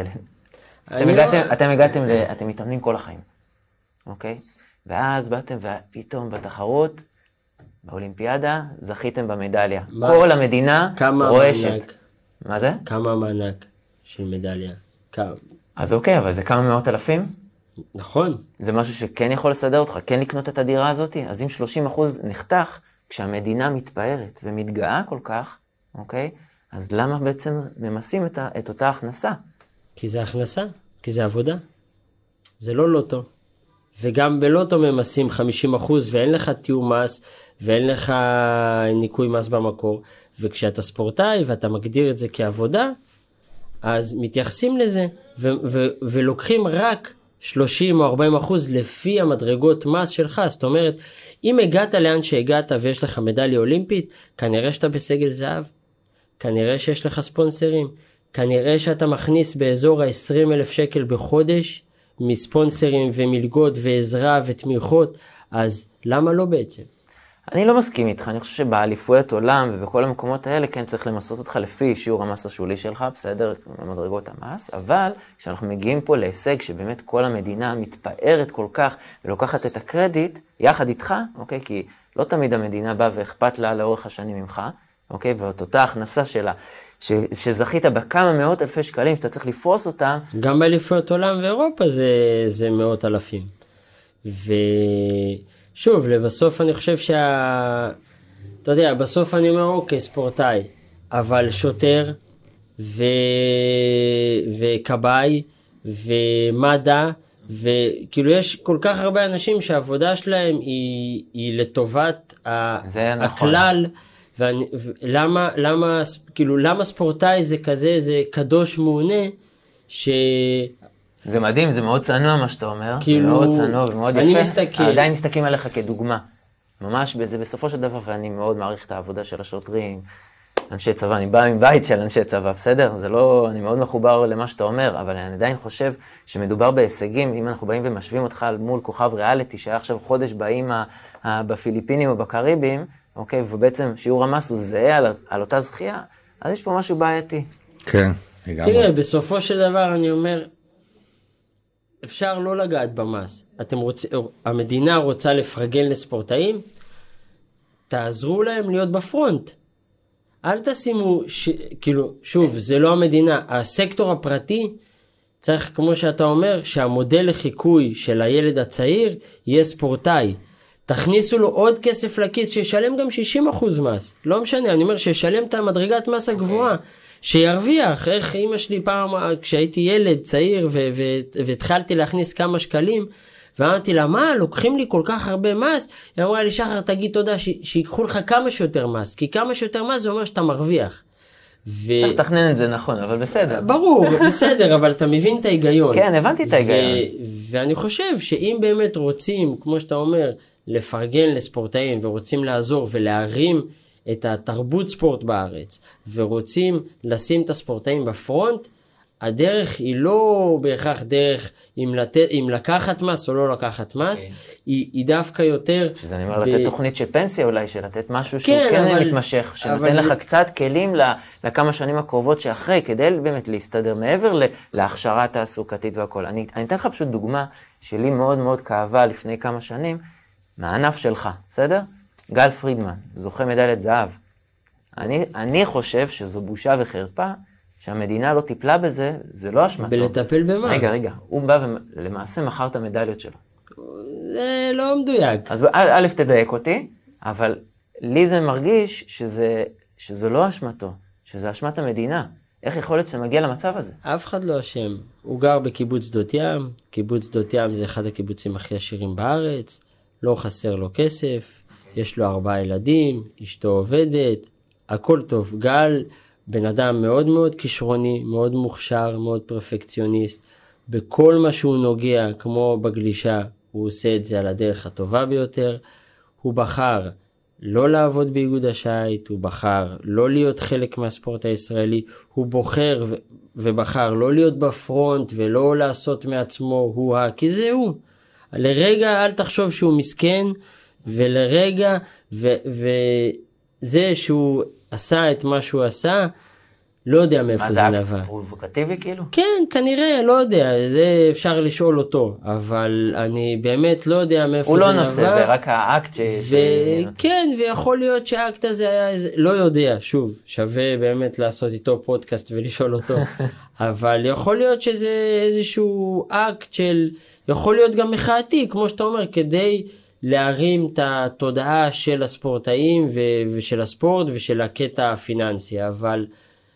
אתם מתאמנים כל החיים, אוקיי? ואז באתם ופתאום בתחרות, באולימפיאדה, זכיתם במדליה. כל המדינה רועשת. מה זה? כמה המענק של מדליה? אז אוקיי, אבל זה כמה מאות אלפים? נכון. זה משהו שכן יכול לסדר אותך, כן לקנות את הדירה הזאת? אז אם 30% נחתך, כשהמדינה מתפארת ומתגאה כל כך, אוקיי? אז למה בעצם ממסים את אותה הכנסה? כי זה הכנסה, כי זה עבודה. זה לא לוטו. וגם בלוטו ממסים 50% ואין לך תיאום מס, ואין לך ניקוי מס במקור. וכשאתה ספורטאי ואתה מגדיר את זה כעבודה, אז מתייחסים לזה, ולוקחים רק 30 או 40% לפי המדרגות מס שלך. זאת אומרת, אם הגעת לאן שהגעת ויש לך מדליה אולימפית, כנראה שאתה בסגל זהב, כנראה שיש לך ספונסרים, כנראה שאתה מכניס באזור ה-20,000 שקל בחודש, מספונסרים ומלגות ועזרה ותמיכות, אז למה לא בעצם? אני לא מסכים איתך, אני חושב שבאליפויות עולם ובכל המקומות האלה כן צריך למסות אותך לפי שיעור המס השולי שלך, בסדר, במדרגות המס, אבל כשאנחנו מגיעים פה להישג שבאמת כל המדינה מתפארת כל כך ולוקחת את הקרדיט יחד איתך, אוקיי, כי לא תמיד המדינה באה ואכפת לה לאורך השנים ממך, אוקיי, ואת אותה הכנסה שלה, שזכית בכמה מאות אלפי שקלים שאתה צריך לפרוס אותם. גם באליפויות עולם ואירופה זה מאות אלפים. ושוב, לבסוף אני חושב אתה יודע, בסוף אני אומר, אוקיי, ספורטאי, אבל שוטר וקב"י ומד"א, וכאילו יש כל כך הרבה אנשים שהעבודה שלהם היא לטובת הכלל, למה ספורטאי זה כזה, זה קדוש מעונה, זה מדהים, זה מאוד צנוע מה שאתה אומר, כאילו, זה מאוד צנוע ומאוד יפה, עדיין מסתכלים עליך כדוגמה, ממש זה בסופו של דבר, ואני מאוד מעריך את העבודה של השוטרים, אנשי צבא, אני בא מבית של אנשי צבא, בסדר? זה לא, אני מאוד מחובר למה שאתה אומר, אבל אני עדיין חושב שמדובר בהישגים, אם אנחנו באים ומשווים אותך מול כוכב ריאליטי, שהיה עכשיו חודש באים בפיליפינים או בקריבים, אוקיי, ובעצם שיעור המס הוא זהה על אותה זכייה, אז יש פה משהו בעייתי. כן, לגמרי. תראה, בסופו של דבר אני אומר, אפשר לא לגעת במס. המדינה רוצה לפרגן לספורטאים, תעזרו להם להיות בפרונט. אל תשימו, כאילו, שוב, זה לא המדינה, הסקטור הפרטי צריך, כמו שאתה אומר, שהמודל לחיקוי של הילד הצעיר יהיה ספורטאי. תכניסו לו עוד כסף לכיס, שישלם גם 60% מס. לא משנה, אני אומר שישלם את המדרגת מס הגבוהה, שירוויח. איך אמא שלי פעם, כשהייתי ילד צעיר והתחלתי להכניס כמה שקלים, ואמרתי לה, מה, לוקחים לי כל כך הרבה מס? היא אמרה לי, שחר, תגיד תודה, שיקחו לך כמה שיותר מס, כי כמה שיותר מס זה אומר שאתה מרוויח. צריך לתכנן את זה נכון, אבל בסדר. ברור, בסדר, אבל אתה מבין את ההיגיון. כן, הבנתי את ההיגיון. ואני חושב שאם באמת רוצים, כמו שאתה אומר, לפרגן לספורטאים, ורוצים לעזור ולהרים את התרבות ספורט בארץ, ורוצים לשים את הספורטאים בפרונט, הדרך היא לא בהכרח דרך אם לקחת מס או לא לקחת מס, היא דווקא יותר... שזה אני אומר, לתת תוכנית של פנסיה אולי, שלתת משהו שהוא כן מתמשך, שנותן לך קצת כלים לכמה שנים הקרובות שאחרי, כדי באמת להסתדר מעבר להכשרה התעסוקתית והכל. אני אתן לך פשוט דוגמה שלי מאוד מאוד כאבה לפני כמה שנים, מהענף שלך, בסדר? גל פרידמן, זוכה מדליית זהב. אני חושב שזו בושה וחרפה, שהמדינה לא טיפלה בזה, זה לא אשמתו. בלטפל במה? רגע, הוא בא ולמעשה מכר את המדליות שלו. זה לא מדויק. אז א' תדייק אותי, אבל לי זה מרגיש שזה לא אשמתו, שזה אשמת המדינה. איך יכול להיות שאתה מגיע למצב הזה? אף אחד לא אשם. הוא גר בקיבוץ שדות ים, קיבוץ שדות ים זה אחד הקיבוצים הכי עשירים בארץ, לא חסר לו כסף, יש לו 4 ילדים, אשתו עובדת, הכל טוב. גל בן אדם מאוד מאוד כישרוני, מאוד מוכשר, מאוד פרפקציוניסט, בכל מה שהוא נוגע, כמו בגלישה, הוא עושה את זה על הדרך הטובה ביותר. הוא בחר לא לעבוד באיגוד השייט, הוא בחר לא להיות חלק מהספורט הישראלי, הוא בוחר ובחר לא להיות בפרונט ולא לעשות מעצמו כי זה הוא. לרגע אל תחשוב שהוא מסכן, ולרגע וזה שהוא עשה את מה שהוא עשה, לא יודע מאיפה זה נבע. מה זה אקט פרובוקטיבי כאילו? כן, כנראה, לא יודע, זה אפשר לשאול אותו, אבל אני באמת לא יודע מאיפה זה נבע. הוא לא נושא, זה רק האקט כן, ויכול להיות שהאקט הזה היה, לא יודע, שוב, שווה באמת לעשות איתו פודקאסט ולשאול אותו, אבל יכול להיות שזה איזשהו אקט של, יכול להיות גם מחאתי, כמו שאתה אומר, כדי להרים את התודעה של הספורטאים ושל הספורט ושל הקטע הפיננסי, אבל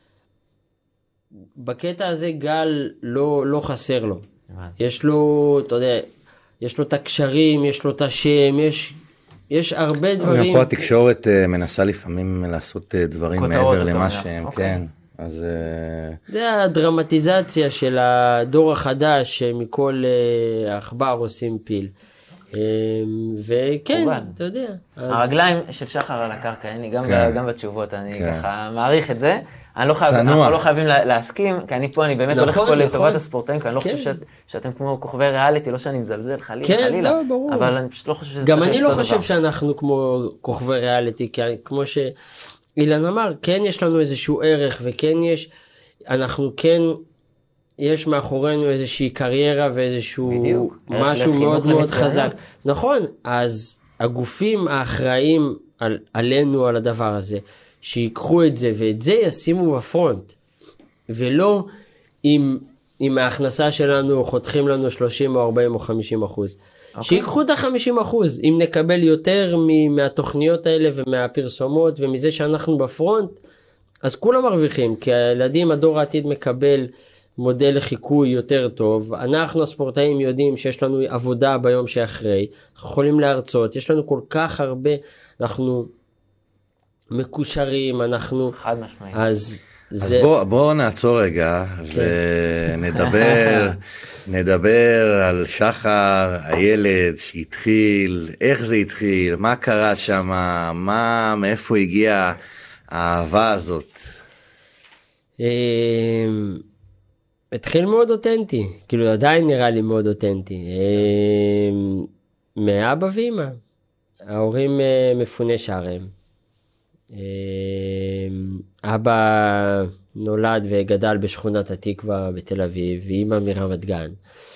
בקטע הזה גל לא חסר לו. יש לו, אתה יודע, יש לו את הקשרים, יש לו את השם, יש הרבה דברים. פה התקשורת מנסה לפעמים לעשות דברים מעבר למה שהם, כן. אז זה הדרמטיזציה של הדור החדש, שמכל עכבר עושים פיל. וכן, כמובן. אתה יודע. הרגליים של שחר על הקרקע, אני כן. גם בתשובות, אני כן. ככה מעריך את זה. אנחנו צנוע. לא חייבים להסכים, כי אני פה, אני באמת הולך נכון, פה נכון. לטובת הספורטאים, כי אני לא כן. חושב שאתם כמו כוכבי ריאליטי, לא שאני מזלזל, כן, חלילה. לא, ברור. אבל אני פשוט לא חושב שזה גם צריך אני להיות לא אותו חושב דבר. שאנחנו כמו כוכבי ריאליטי, כי כמו שאילן אמר, כן יש לנו איזשהו ערך, וכן אנחנו כן, יש מאחורינו איזושהי קריירה ואיזשהו בדיוק. משהו לחינוך מאוד מאוד למצוינות. חזק. נכון, אז הגופים האחראים עלינו על הדבר הזה, שיקחו את זה ואת זה ישימו בפרונט, ולא אם ההכנסה שלנו חותכים לנו 30 או 40 או 50%. שיקחו את ה-50%, אם נקבל יותר מהתוכניות האלה ומהפרסומות ומזה שאנחנו בפרונט, אז כולם מרוויחים, כי הילדים, הדור העתיד מקבל מודל לחיקוי יותר טוב, אנחנו הספורטאים יודעים שיש לנו עבודה ביום שאחרי, אנחנו יכולים להרצות, יש לנו כל כך הרבה, אנחנו מקושרים, אנחנו... חד משמעית. אז בוא נעצור רגע ונדבר על שחר, הילד שהתחיל, איך זה התחיל, מה קרה שם, מאיפה הגיעה האהבה הזאת. התחיל מאוד אותנטי, כאילו עדיין נראה לי מאוד אותנטי, מאבא ואמא, ההורים מפוני שעריהם. אבא נולד וגדל בשכונת התקווה בתל אביב, ואמא מרמת גן.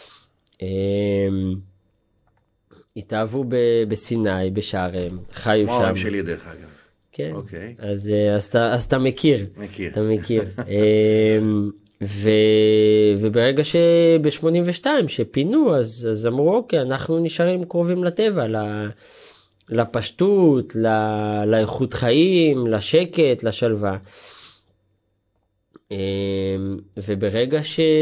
התאהבו בסיני, בשעריהם, חיו שם. כמו ההורים שלי דרך אגב. כן, אוקיי. אז אתה מכיר. אתה מכיר. וברגע שב-82 שפינו, אז אמרו, אוקיי, אנחנו נשארים קרובים לטבע, לפשטות, לאיכות חיים, לשקט, לשלווה. וברגע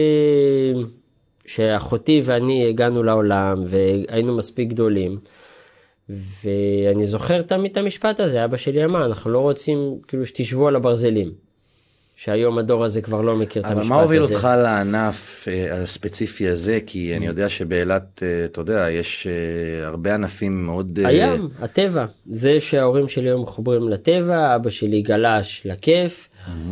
שאחותי ואני הגענו לעולם והיינו מספיק גדולים, ואני זוכר תמיד את המשפט הזה, אבא שלי אמר, אנחנו לא רוצים כאילו שתשבו על הברזלים, שהיום הדור הזה כבר לא מכיר את המשפט הזה. אבל מה הוביל אותך לענף הספציפי הזה? כי אני יודע שבאילת, אתה יודע, יש הרבה ענפים מאוד... הים, הטבע. זה שההורים שלי היו מחוברים לטבע, אבא שלי גלש לכיף,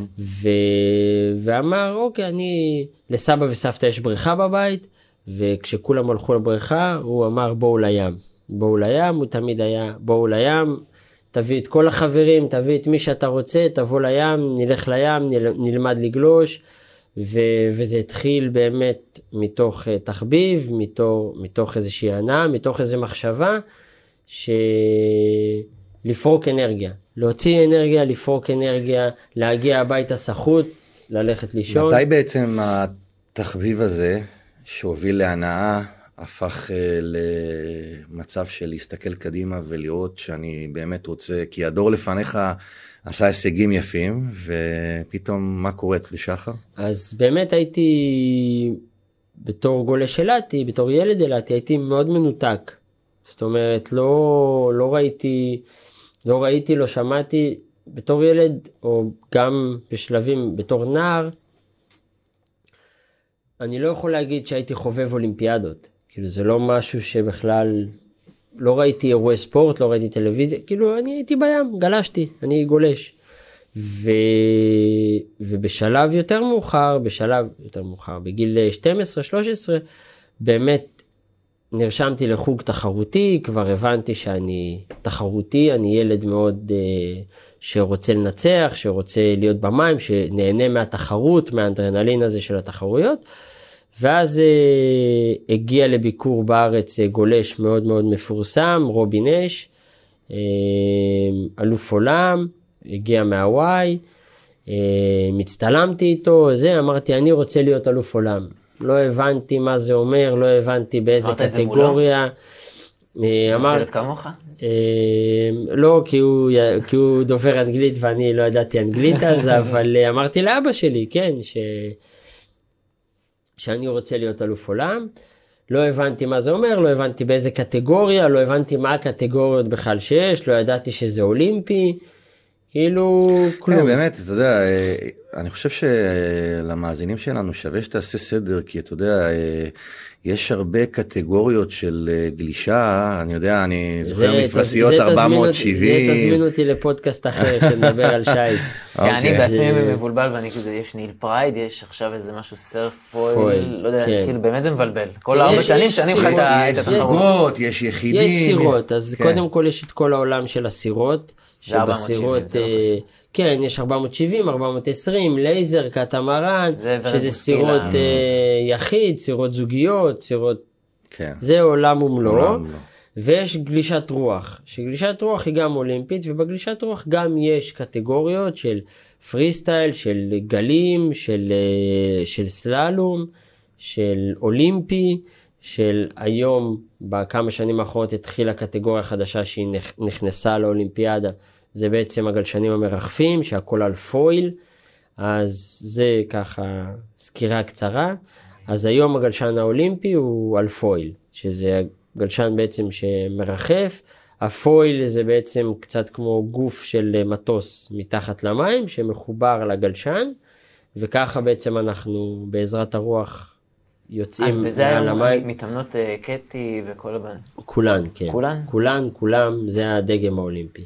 ואמר, אוקיי, לסבא וסבתא יש בריכה בבית, וכשכולם הלכו לבריכה, הוא אמר, בואו לים. בואו לים, הוא תמיד היה, בואו לים, תביא את כל החברים, תביא את מי שאתה רוצה, תבוא לים, נלך לים, נלמד לגלוש, וזה התחיל באמת מתוך תחביב, מתוך איזושהי הנאה, מתוך איזו מחשבה, לפרוק אנרגיה, להוציא אנרגיה, לפרוק אנרגיה, להגיע הביתה שחות, ללכת לישון. מתי בעצם התחביב הזה, שהוביל להנאה, הפך למצב של להסתכל קדימה ולראות שאני באמת רוצה, כי הדור לפניך עשה הישגים יפים, ופתאום מה קורה אצל שחר? אז באמת הייתי, בתור גולש אילתי, בתור ילד אילתי, הייתי מאוד מנותק. זאת אומרת, לא ראיתי, לא שמעתי, בתור ילד, או גם בשלבים, בתור נער, אני לא יכול להגיד שהייתי חובב אולימפיאדות. כאילו זה לא משהו שבכלל, לא ראיתי אירועי ספורט, לא ראיתי טלוויזיה, כאילו אני הייתי בים, גלשתי, אני גולש. ובשלב יותר מאוחר, בגיל 12-13, באמת נרשמתי לחוג תחרותי, כבר הבנתי שאני תחרותי, אני ילד מאוד שרוצה לנצח, שרוצה להיות במים, שנהנה מהתחרות, מהאדרנלין הזה של התחרויות, ואז הגיע לביקור בארץ גולש מאוד מאוד מפורסם, רובי נש, אלוף עולם, הגיע מהוואי, מצטלמתי איתו, אמרתי אני רוצה להיות אלוף עולם. לא הבנתי מה זה אומר, לא הבנתי באיזה קטגוריה. אמרת להיות כמוך? לא, כי הוא דובר אנגלית ואני לא ידעתי אנגלית אז, אבל אמרתי לאבא שלי, כן, שאני רוצה להיות אלוף עולם. לא הבנתי מה זה אומר, לא הבנתי באיזה קטגוריה, לא הבנתי מה הקטגוריות בכלל שיש, לא ידעתי שזה אולימפי, כאילו כלום. כן, באמת, אתה יודע, אני חושב שלמאזינים שלנו שווה שתעשה סדר, כי אתה יודע, יש הרבה קטגוריות של גלישה, אני יודע, אני זוכר מפרסיות 470. תזמין אותי לפודקאסט אחר שנדבר על שייט. אני בעצמי מבולבל, ואני כזה, יש ניל פרייד, יש עכשיו איזה משהו סרף פויל, לא יודע, כאילו באמת זה מבלבל. כל 4 שנים שאני מחכה את התחרות. יש יחידים. יש סירות, אז קודם כל יש את כל העולם של הסירות. זה 470, זה לא קשור. כן, יש 470, 420, לייזר, קטמרן, שזה סירות יחיד, סירות זוגיות, סירות... כן. זה עולם ומלואו. ויש גלישת רוח, שגלישת רוח היא גם אולימפית, ובגלישת רוח גם יש קטגוריות של פרי סטייל, של גלים, של סללום, של אולימפי, של היום, בכמה שנים האחרונות התחילה קטגוריה חדשה שהיא נכנסה לאולימפיאדה, זה בעצם הגלשנים המרחפים, שהכל על פויל, אז זה ככה סקירה קצרה. אז היום הגלשן האולימפי הוא על פויל, שזה גלשן בעצם שמרחף. הפויל זה בעצם קצת כמו גוף של מטוס מתחת למים, שמחובר לגלשן, וככה בעצם אנחנו בעזרת הרוח יוצאים מעל המים. אז בזה היום מתאמנות קטי וכל הבן? כולן, כן. כולן? כולם, זה הדגם האולימפי.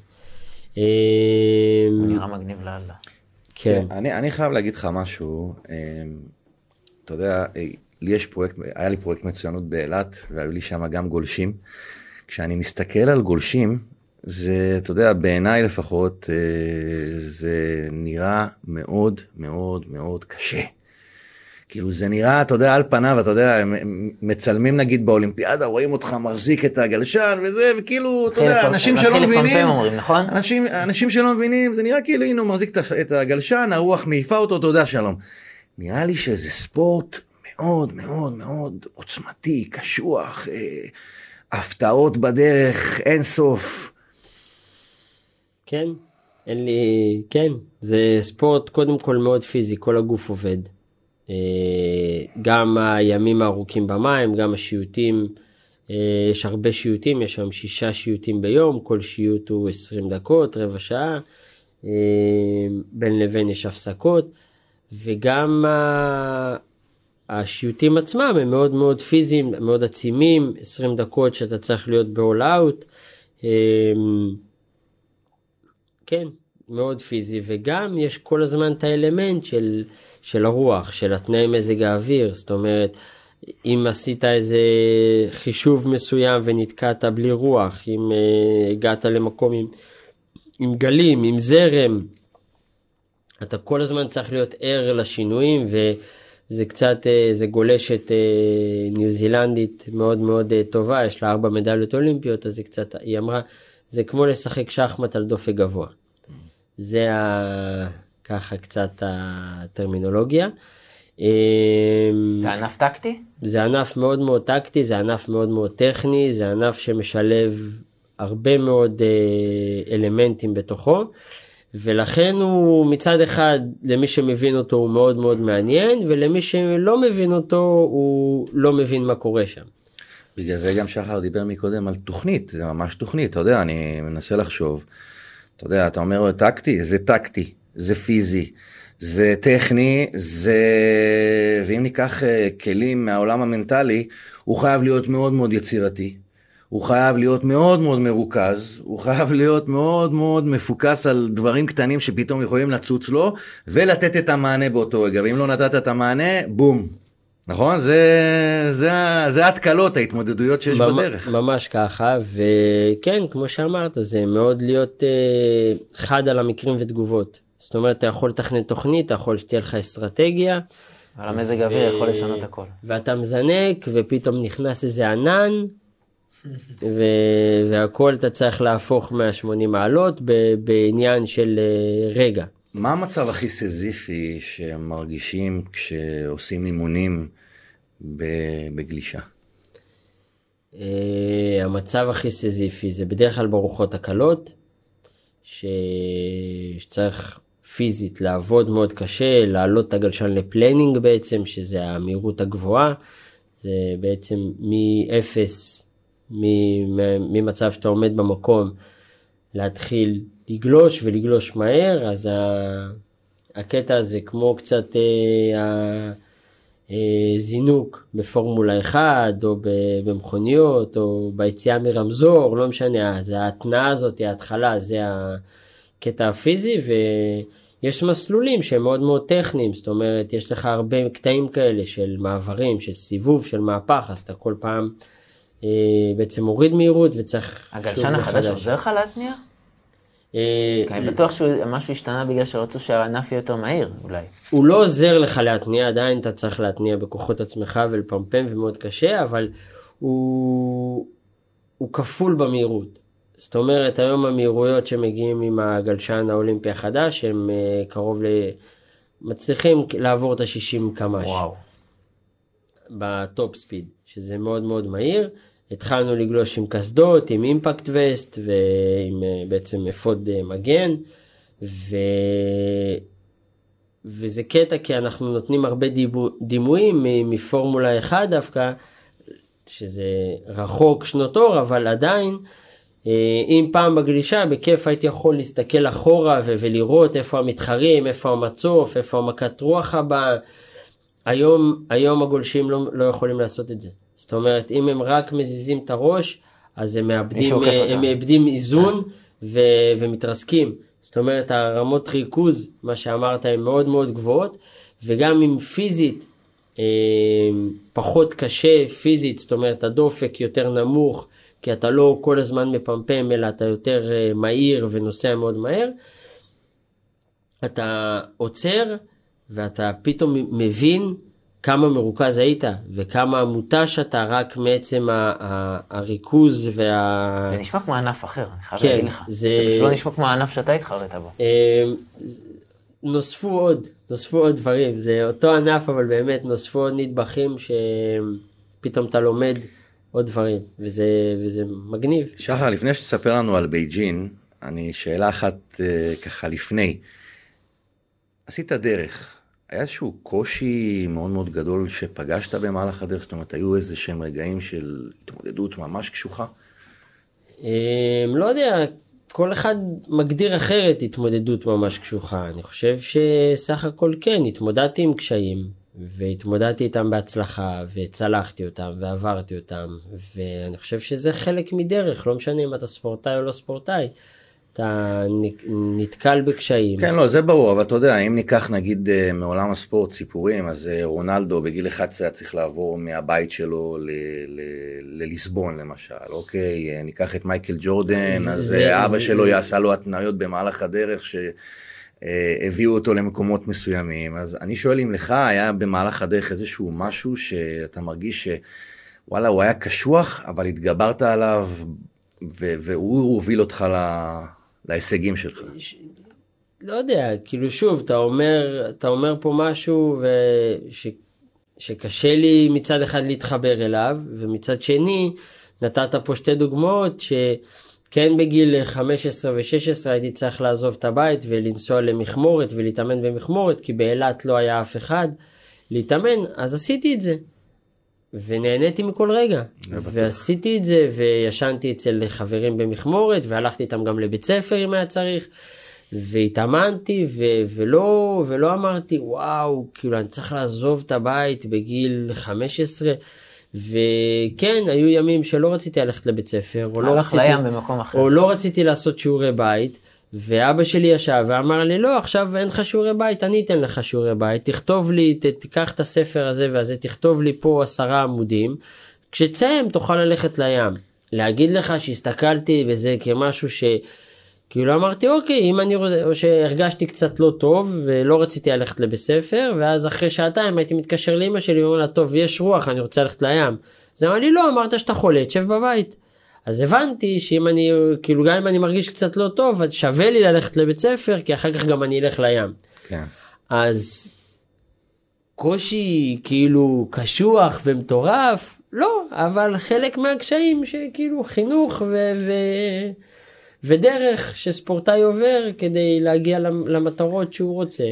נראה מגניב לאללה. כן. אני חייב להגיד לך משהו, אתה יודע, היה לי פרויקט מצוינות באילת, והיו לי שם גם גולשים. כשאני מסתכל על גולשים, זה, אתה יודע, בעיניי לפחות, זה נראה מאוד מאוד מאוד קשה. כאילו זה נראה, אתה יודע, על פניו, אתה יודע, מצלמים נגיד באולימפיאדה, רואים אותך מחזיק את הגלשן וזה, וכאילו, אתה יודע, אנשים שלא מבינים, נכון? אנשים שלא מבינים, זה נראה כאילו, הנה הוא מחזיק את הגלשן, הרוח מעיפה אותו, תודה שלום. נראה לי שזה ספורט מאוד מאוד מאוד עוצמתי, קשוח, הפתעות בדרך, אין סוף. כן, כן, זה ספורט קודם כל מאוד פיזי, כל הגוף עובד. גם הימים הארוכים במים, גם השיוטים, יש הרבה שיוטים, יש שם 6 שיוטים ביום, כל שיוט הוא 20 דקות, רבע שעה, בין לבין יש הפסקות, וגם השיוטים עצמם הם מאוד מאוד פיזיים, מאוד עצימים, 20 דקות שאתה צריך להיות ב-all out, כן, מאוד פיזי, וגם יש כל הזמן את האלמנט של הרוח, של התנאי מזג האוויר, זאת אומרת, אם עשית איזה חישוב מסוים ונתקעת בלי רוח, אם הגעת למקום עם גלים, עם זרם, אתה כל הזמן צריך להיות ער לשינויים, וזה קצת, זה גולשת ניו זילנדית מאוד מאוד טובה, יש לה 4 מדליות אולימפיות, אז זה קצת, היא אמרה, זה כמו לשחק שחמט על דופק גבוה. זה ככה קצת הטרמינולוגיה. זה ענף טקטי? זה ענף מאוד מאוד טקטי, זה ענף מאוד מאוד טכני, זה ענף שמשלב הרבה מאוד אלמנטים בתוכו, ולכן הוא מצד אחד, למי שמבין אותו הוא מאוד מאוד מעניין, ולמי שלא מבין אותו הוא לא מבין מה קורה שם. בגלל זה גם שחר דיבר מקודם על תוכנית, זה ממש תוכנית, אתה יודע, אני מנסה לחשוב, אתה יודע, אתה אומר טקטי, זה טקטי, זה פיזי, זה טכני, ואם ניקח כלים מהעולם המנטלי, הוא חייב להיות מאוד מאוד יצירתי, הוא חייב להיות מאוד מאוד מרוכז, הוא חייב להיות מאוד מאוד מפוקס על דברים קטנים שפתאום יכולים לצוץ לו, ולתת את המענה באותו רגע, ואם לא נתת את המענה, בום. נכון? זה התקלות, ההתמודדויות שיש בדרך. ממש ככה, וכן, כמו שאמרת, זה מאוד להיות חד על המקרים ותגובות. זאת אומרת, אתה יכול לתכנן תוכנית, אתה יכול שתהיה לך אסטרטגיה. אבל המזג האוויר יכול לשנות הכל. ואתה מזנק, ופתאום נכנס איזה ענן, והכל אתה צריך להפוך 180 מעלות בעניין של רגע. מה המצב הכי סזיפי שמרגישים כשעושים אימונים בגלישה? המצב הכי סזיפי זה בדרך כלל ברוחות הקלות, שצריך פיזית לעבוד מאוד קשה, לעלות את הגלשן לפלנינג בעצם, שזה המהירות הגבוהה, זה בעצם מ-0, ממצב שאתה עומד במקום, להתחיל לגלוש ולגלוש מהר, אז הקטע הזה כמו קצת זינוק בפורמולה 1 או במכוניות או ביציאה מרמזור, לא משנה, זה ההתנאה הזאת, ההתחלה, זה הקטע הפיזי, ויש מסלולים שהם מאוד מאוד טכניים, זאת אומרת יש לך הרבה קטעים כאלה של מעברים, של סיבוב, של מהפך, אז אתה כל פעם בעצם מוריד מהירות וצריך... הגלשן החדש עוזר לך להתניע? כי אני בטוח שמשהו השתנה בגלל שרצו שהענף יהיה יותר מהיר, אולי. הוא לא עוזר לך להתניע, עדיין אתה צריך להתניע בכוחות עצמך ולפמפם ומאוד קשה, אבל הוא כפול במהירות. זאת אומרת, היום המהירויות שמגיעים עם הגלשן האולימפי החדש, הם קרוב מצליחים לעבור את ה-60 קמ"ש. וואו. בטופ ספיד, שזה מאוד מאוד מהיר. התחלנו לגלוש עם קסדות, עם אימפקט וסט ועם בעצם אפוד מגן, וזה קטע כי אנחנו נותנים הרבה דימויים מפורמולה 1 דווקא, שזה רחוק שנות אור, אבל עדיין, אם פעם בגלישה, בכיף הייתי יכול להסתכל אחורה ולראות איפה המתחרים, איפה המצוף, איפה המכת רוח הבאה. היום הגולשים לא יכולים לעשות את זה. זאת אומרת, אם הם רק מזיזים את הראש, אז הם מאבדים איזון ומתרסקים. זאת אומרת, הרמות ריכוז, מה שאמרת, הן מאוד מאוד גבוהות, וגם אם פיזית פחות קשה, פיזית, זאת אומרת, הדופק יותר נמוך, כי אתה לא כל הזמן מפמפם, אלא אתה יותר מהיר ונוסע מאוד מהר, אתה עוצר, ואתה פתאום מבין כמה מרוכז היית, וכמה מוטש אתה רק מעצם הריכוז זה נשמע כמו ענף אחר, אני חייב להגיד לך. זה פשוט לא נשמע כמו הענף שאתה התחרת בו. נוספו עוד דברים, זה אותו ענף, אבל באמת נוספו עוד נדבכים שפתאום אתה לומד עוד דברים, וזה מגניב. שחר, לפני שתספר לנו על בייג'ין, שאלה אחת ככה לפני. עשית דרך. היה איזשהו קושי מאוד מאוד גדול שפגשת במהלך הדרך? זאת אומרת, היו איזה שהם רגעים של התמודדות ממש קשוחה? לא יודע, כל אחד מגדיר אחרת התמודדות ממש קשוחה. אני חושב שסך הכל כן, התמודדתי עם קשיים, והתמודדתי איתם בהצלחה, וצלחתי אותם, ועברתי אותם, ואני חושב שזה חלק מדרך, לא משנה אם אתה ספורטאי או לא ספורטאי. אתה נתקל בקשיים. כן, לא, זה ברור, אבל אתה יודע, אם ניקח נגיד מעולם הספורט סיפורים, אז רונלדו בגיל 11 צריך לעבור מהבית שלו לליסבון למשל, אוקיי, ניקח את מייקל ג'ורדן, אז אבא שלו יעשה לו התניות במהלך הדרך שהביאו אותו למקומות מסוימים, אז אני שואל אם לך היה במהלך הדרך איזשהו משהו שאתה מרגיש שוואלה, הוא היה קשוח, אבל התגברת עליו, והוא הוביל אותך להישגים שלך. לא יודע, כאילו שוב, אתה אומר פה משהו שקשה לי מצד אחד להתחבר אליו, ומצד שני נתת פה שתי דוגמאות שכן בגיל 15 ו-16 הייתי צריך לעזוב את הבית ולנסוע למחמורת ולהתאמן במחמורת, כי באילת לא היה אף אחד להתאמן, אז עשיתי את זה. ונהניתי מכל רגע, ועשיתי את זה, וישנתי אצל חברים במחמורת, והלכתי איתם גם לבית ספר אם היה צריך, והתאמנתי, ולא אמרתי, וואו, כאילו אני צריך לעזוב את הבית בגיל 15, וכן, היו ימים שלא רציתי ללכת לבית ספר, או לא רציתי לעשות שיעורי בית, ואבא שלי ישב ואמר לי, לא, עכשיו אין לך שיעורי בית, אני אתן לך שיעורי בית, תכתוב לי, תיקח את הספר הזה והזה, תכתוב לי פה 10 עמודים, כשתסיים תוכל ללכת לים. להגיד לך שהסתכלתי בזה כמשהו כאילו אמרתי, אוקיי, אם אני רוצה, או שהרגשתי קצת לא טוב, ולא רציתי ללכת לבית ספר, ואז אחרי שעתיים הייתי מתקשר לאמא שלי, ואומר לה, טוב, יש רוח, אני רוצה ללכת לים. אז אמר לי, לא, אמרת שאתה חולה, תשב בבית. אז הבנתי שאם אני, כאילו גם אם אני מרגיש קצת לא טוב, אז שווה לי ללכת לבית ספר, כי אחר כך גם אני אלך לים. כן. אז קושי כאילו קשוח ומטורף, לא, אבל חלק מהקשיים שכאילו חינוך ודרך שספורטאי עובר כדי להגיע למטרות שהוא רוצה.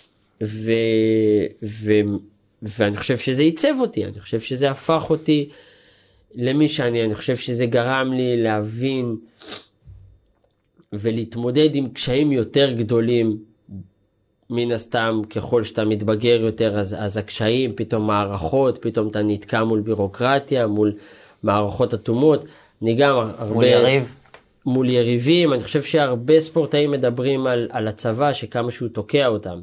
ואני חושב שזה ייצב אותי, אני חושב שזה הפך אותי למי שאני, אני חושב שזה גרם לי להבין ולהתמודד עם קשיים יותר גדולים מן הסתם ככל שאתה מתבגר יותר אז הקשיים, פתאום מערכות, פתאום אתה נתקע מול בירוקרטיה, מול מערכות אטומות, אני גם הרבה... מול יריב. מול יריבים, אני חושב שהרבה ספורטאים מדברים על הצבא, שכמה שהוא תוקע אותם.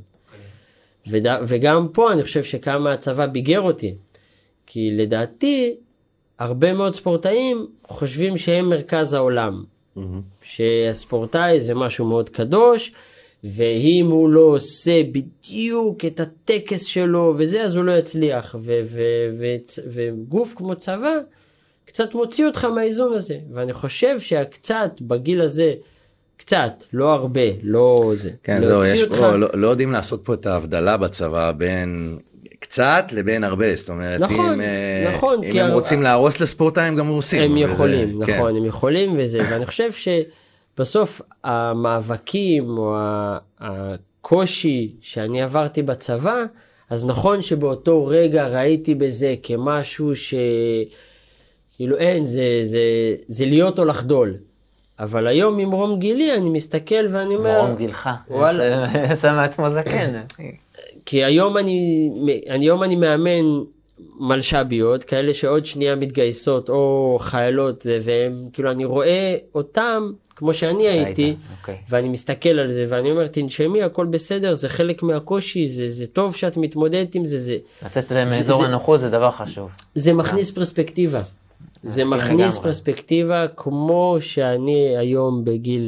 וגם פה אני חושב שכמה הצבא ביגר אותי. כי לדעתי, הרבה מאוד ספורטאים חושבים שהם מרכז העולם. שהספורטאי זה משהו מאוד קדוש, ואם הוא לא עושה בדיוק את הטקס שלו וזה, אז הוא לא יצליח. וגוף כמו צבא, קצת מוציא אותך מהאיזון הזה. ואני חושב שהקצת בגיל הזה, קצת, לא הרבה, לא זה. כן, זהו, יש פה, לא יודעים לעשות פה את ההבדלה בצבא בין קצת לבין הרבה, זאת אומרת, נכון, נכון. אם הם רוצים להרוס לספורטאים, הם גם הורסים. הם יכולים, נכון, הם יכולים וזה, ואני חושב שבסוף המאבקים או הקושי שאני עברתי בצבא, אז נכון שבאותו רגע ראיתי בזה כמשהו כאילו אין, זה להיות או לחדול. אבל היום ממרום גילי אני מסתכל ואני אומר... ממרום גילך, עשה מעצמו זקן. כי היום אני מאמן מלשביות, כאלה שעוד שנייה מתגייסות, או חיילות, והם, כאילו אני רואה אותם כמו שאני הייתי, ואני מסתכל על זה, ואני אומר, תנשמי, הכל בסדר, זה חלק מהקושי, זה טוב שאת מתמודדת עם זה. לצאת מאזור הנוחות זה דבר חשוב. זה מכניס פרספקטיבה. זה מכניס פרספקטיבה, כמו שאני היום בגיל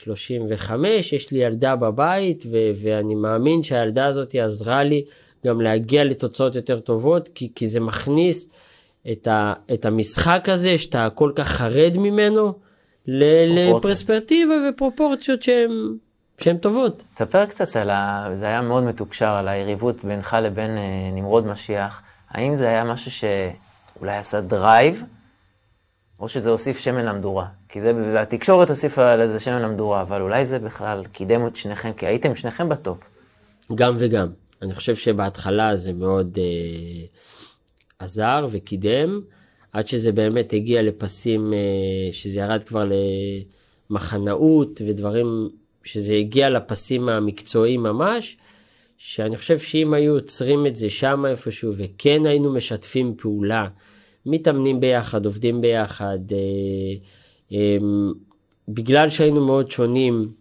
35, יש לי ילדה בבית, ואני מאמין שהילדה הזאת עזרה לי גם להגיע לתוצאות יותר טובות, כי זה מכניס את המשחק הזה, שאתה כל כך חרד ממנו, לפרספקטיבה ופרופורציות שהן טובות. תספר קצת זה היה מאוד מתוקשר, על היריבות בינך לבין נמרוד משיח. האם זה היה משהו שאולי עשה דרייב, או שזה הוסיף שמן למדורה? כי זה, התקשורת הוסיפה לזה שמן למדורה, אבל אולי זה בכלל קידם את שניכם, כי הייתם שניכם בטופ. גם וגם. אני חושב שבהתחלה זה מאוד עזר וקידם, עד שזה באמת הגיע לפסים, שזה ירד כבר למחנאות ודברים, שזה הגיע לפסים המקצועיים ממש, שאני חושב שאם היו עוצרים את זה שם איפשהו, וכן היינו משתפים פעולה, מתאמנים ביחד, עובדים ביחד, בגלל שהיינו מאוד שונים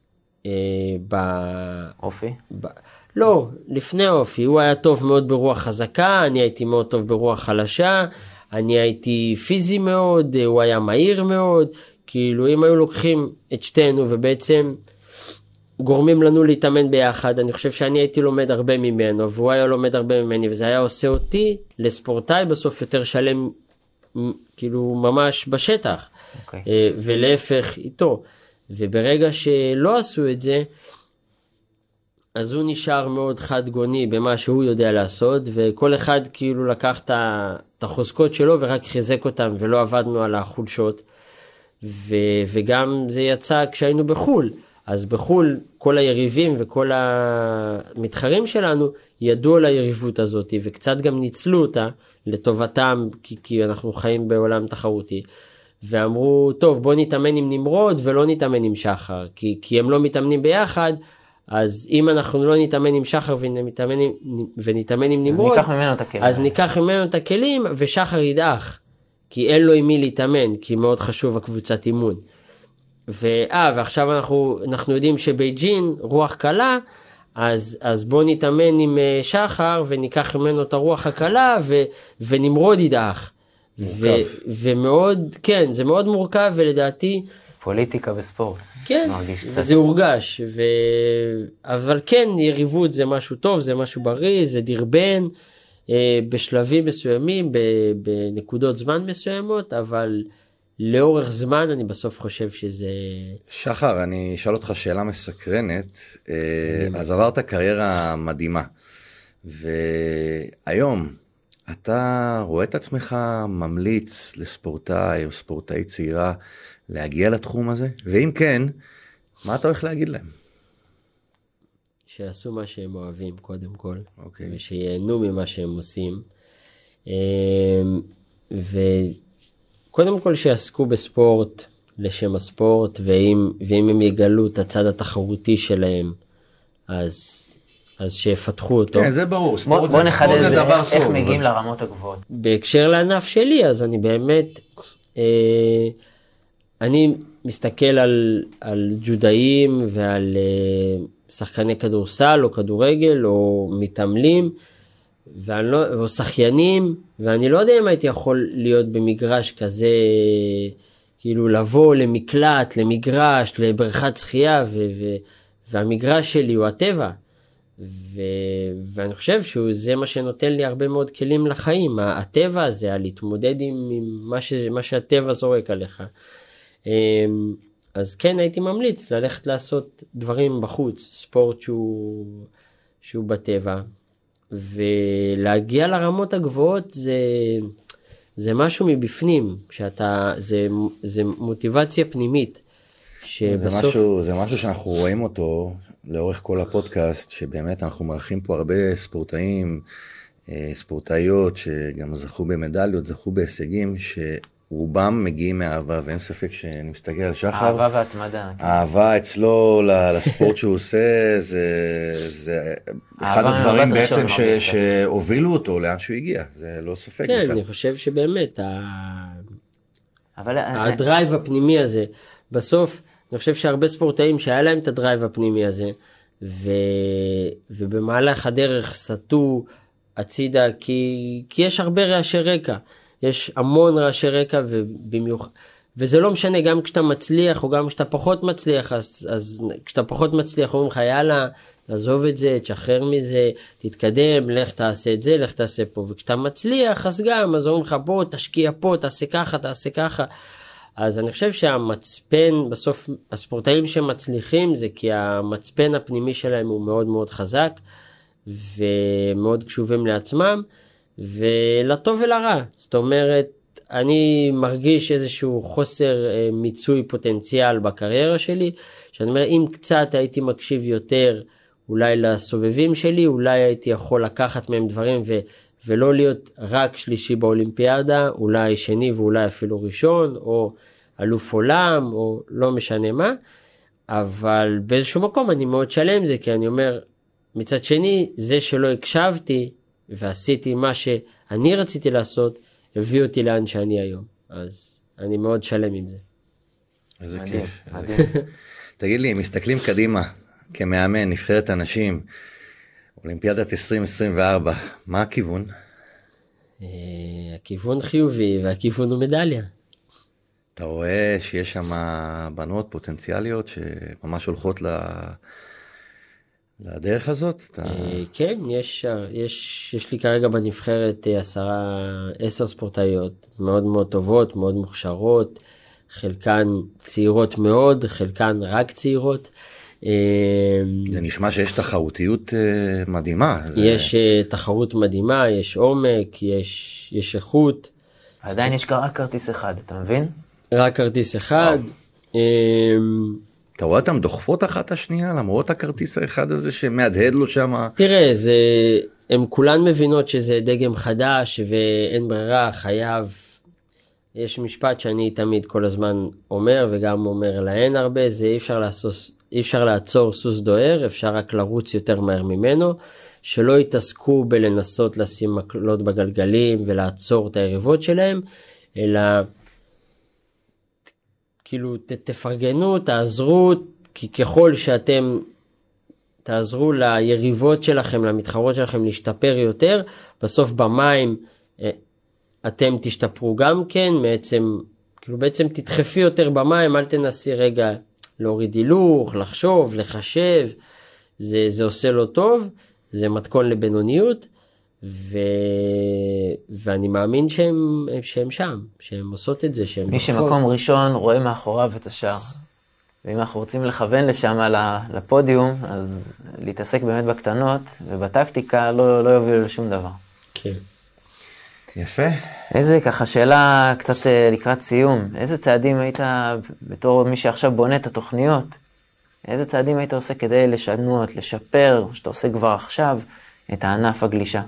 אופי? לא, לפני אופי, הוא היה טוב מאוד ברוח חזקה, אני הייתי מאוד טוב ברוח חלשה, אני הייתי פיזי מאוד, הוא היה מהיר מאוד, כאילו אם היו לוקחים את שתינו ובעצם גורמים לנו להתאמן ביחד, אני חושב שאני הייתי לומד הרבה ממנו, והוא היה לומד הרבה ממני, וזה היה עושה אותי לספורטאי בסוף יותר שלם, כאילו ממש בשטח, ולהפך איתו. וברגע שלא עשו את זה, אז הוא נשאר מאוד חד גוני במה שהוא יודע לעשות, וכל אחד כאילו לקח את החוזקות שלו ורק חיזק אותם, ולא עבדנו על החולשות. וגם זה יצא כשהיינו בחול. אז בחול כל היריבים וכל המתחרים שלנו ידעו על היריבות הזאת, וקצת גם ניצלו אותה לטובתם, כי אנחנו חיים בעולם תחרותי. ואמרו, טוב, בוא נתאמן עם נמרוד ולא נתאמן עם שחר, כי הם לא מתאמנים ביחד, אז אם אנחנו לא נתאמן עם שחר ונתאמן עם נמרוד, אז ניקח ממנו את הכלים, ושחר ידעך, כי אין לו עם מי להתאמן, כי מאוד חשוב הקבוצת אימון. ועכשיו אנחנו יודעים שבייג'ין רוח קלה, אז בוא נתאמן עם שחר וניקח ממנו את הרוח הקלה ונמרוד ידעך. ומאוד, כן, זה מאוד מורכב, ולדעתי פוליטיקה בספורט. כן, וזה הורגש. אבל כן, יריבות זה משהו טוב, זה משהו בריא, זה דרבן בשלבים מסוימים, בנקודות זמן מסוימות, אבל לאורך זמן אני בסוף חושב שזה... שחר, אני אשאל אותך שאלה מסקרנת. אז עברת קריירה מדהימה, והיום אתה רואה את עצמך ממליץ לספורטאי או ספורטאי צעירה להגיע לתחום הזה? ואם כן, מה אתה הולך להגיד להם? שיעשו מה שהם אוהבים קודם כל, ושיהנו ממה שהם עושים. וקודם כל שיעסקו בספורט לשם הספורט, ואם הם יגלו את הצד התחרותי שלהם, אז אז שיפתחו אותו. כן, זה ברור. בוא נחדד את זה, איך טוב, מגיעים לרמות הגבוהות. בהקשר לענף שלי, אז אני באמת, אני מסתכל על ג'ודאים ועל שחקני כדורסל או כדורגל או מתעמלים, או שחיינים, ואני לא יודע אם הייתי יכול להיות במגרש כזה, כאילו לבוא למקלט, למגרש, לבריכת שחייה, והמגרש שלי הוא הטבע. ואני חושב שזה מה שנותן לי הרבה מאוד כלים לחיים, הטבע הזה, להתמודד עם מה שהטבע זורק עליך. אז כן, הייתי ממליץ ללכת לעשות דברים בחוץ, ספורט שהוא בטבע, ולהגיע לרמות הגבוהות זה משהו מבפנים, זה מוטיבציה פנימית. זה משהו שאנחנו רואים אותו לאורך כל הפודקאסט, שבאמת אנחנו מארחים פה הרבה ספורטאים, ספורטאיות שגם זכו במדליות, זכו בהישגים, שרובם מגיעים מאהבה, ואין ספק שאני מסתכל על שחר. אהבה והתמדה. האהבה אצלו לספורט שהוא עושה, זה אחד הדברים בעצם שהובילו אותו לאן שהוא הגיע, זה לא ספק. כן, אני חושב שבאמת, הדרייב הפנימי הזה, בסוף, אני חושב שהרבה ספורטאים שהיה להם את הדרייב הפנימי הזה, ובמהלך הדרך סטו הצידה, כי יש הרבה רעשי רקע, יש המון רעשי רקע, וזה לא משנה, גם כשאתה מצליח, או גם כשאתה פחות מצליח, אז כשאתה פחות מצליח, אומרים לך, יאללה, עזוב את זה, תשחרר מזה, תתקדם, לך תעשה את זה, לך תעשה פה, וכשאתה מצליח, אז אומרים לך, בוא, תשקיע פה, תעשה ככה, אז אני חושב שהמצפן, בסוף הספורטאים שמצליחים, זה כי המצפן הפנימי שלהם הוא מאוד מאוד חזק, ומאוד קשובים לעצמם, ולטוב ולרע. זאת אומרת, אני מרגיש איזשהו חוסר מיצוי פוטנציאל בקריירה שלי, שאני אומר, אם קצת הייתי מקשיב יותר, אולי לסובבים שלי, אולי הייתי יכול לקחת מהם דברים, ולא להיות רק שלישי באולימפיאדה, אולי שני ואולי אפילו ראשון, או אלוף עולם, או לא משנה מה, אבל באיזשהו מקום אני מאוד שלם עם זה, כי אני אומר, מצד שני, זה שלא הקשבתי, ועשיתי מה שאני רציתי לעשות, הביא אותי לאן שאני היום. אז אני מאוד שלם עם זה. איזה כיף. תגיד לי, מסתכלים קדימה, כמאמן, נבחרת אנשים, אולימפיאדת 2024, מה הכיוון? הכיוון חיובי, והכיוון הוא מדליה. אתה רואה שיש שם בנות פוטנציאליות שממש הולכות לדרך הזאת? כן, יש לי כרגע בנבחרת 10 ספורטאיות מאוד מאוד טובות, מאוד מוכשרות, חלקן צעירות מאוד, חלקן רק צעירות. זה נשמע שיש תחרותיות מדהימה. יש תחרות מדהימה, יש עומק, יש איכות. עדיין יש רק כרטיס אחד, אתה מבין? רק כרטיס אחד. אתה רואה אותם דוחפות אחת השנייה, למרות הכרטיס האחד הזה שמהדהד לו שם? תראה, הם כולן מבינות שזה דגם חדש ואין ברירה, חייב. יש משפט שאני תמיד כל הזמן אומר, וגם אומר להן הרבה, זה אי אפשר לעצור סוס דוהר, אפשר רק לרוץ יותר מהר ממנו, שלא יתעסקו בלנסות לשים מקלות בגלגלים ולעצור את היריבות שלהם, אלא כאילו תפרגנו, תעזרו, כי ככל שאתם תעזרו ליריבות שלכם, למתחרות שלכם להשתפר יותר, בסוף במים אתם תשתפרו גם כן, בעצם תדחפי יותר במים, אל תנסי רגע להוריד הילוך, לחשוב, לחשב, זה עושה לו טוב, זה מתכון לבינוניות, ואני מאמין שהם שם, שהם עושות את זה, שהם מי שמקום ראשון רואה מאחוריו את השאר. ואם אנחנו רוצים לכוון לשם לפודיום, אז להתעסק באמת בקטנות, ובטקטיקה לא יוביל לשום דבר. כן. יפה. איזה ככה שאלה קצת לקראת סיום, איזה צעדים היית בתור מי שעכשיו בונה את התוכניות, איזה צעדים היית עושה כדי לשנות, לשפר, שאתה עושה כבר עכשיו את הענף הגלישה?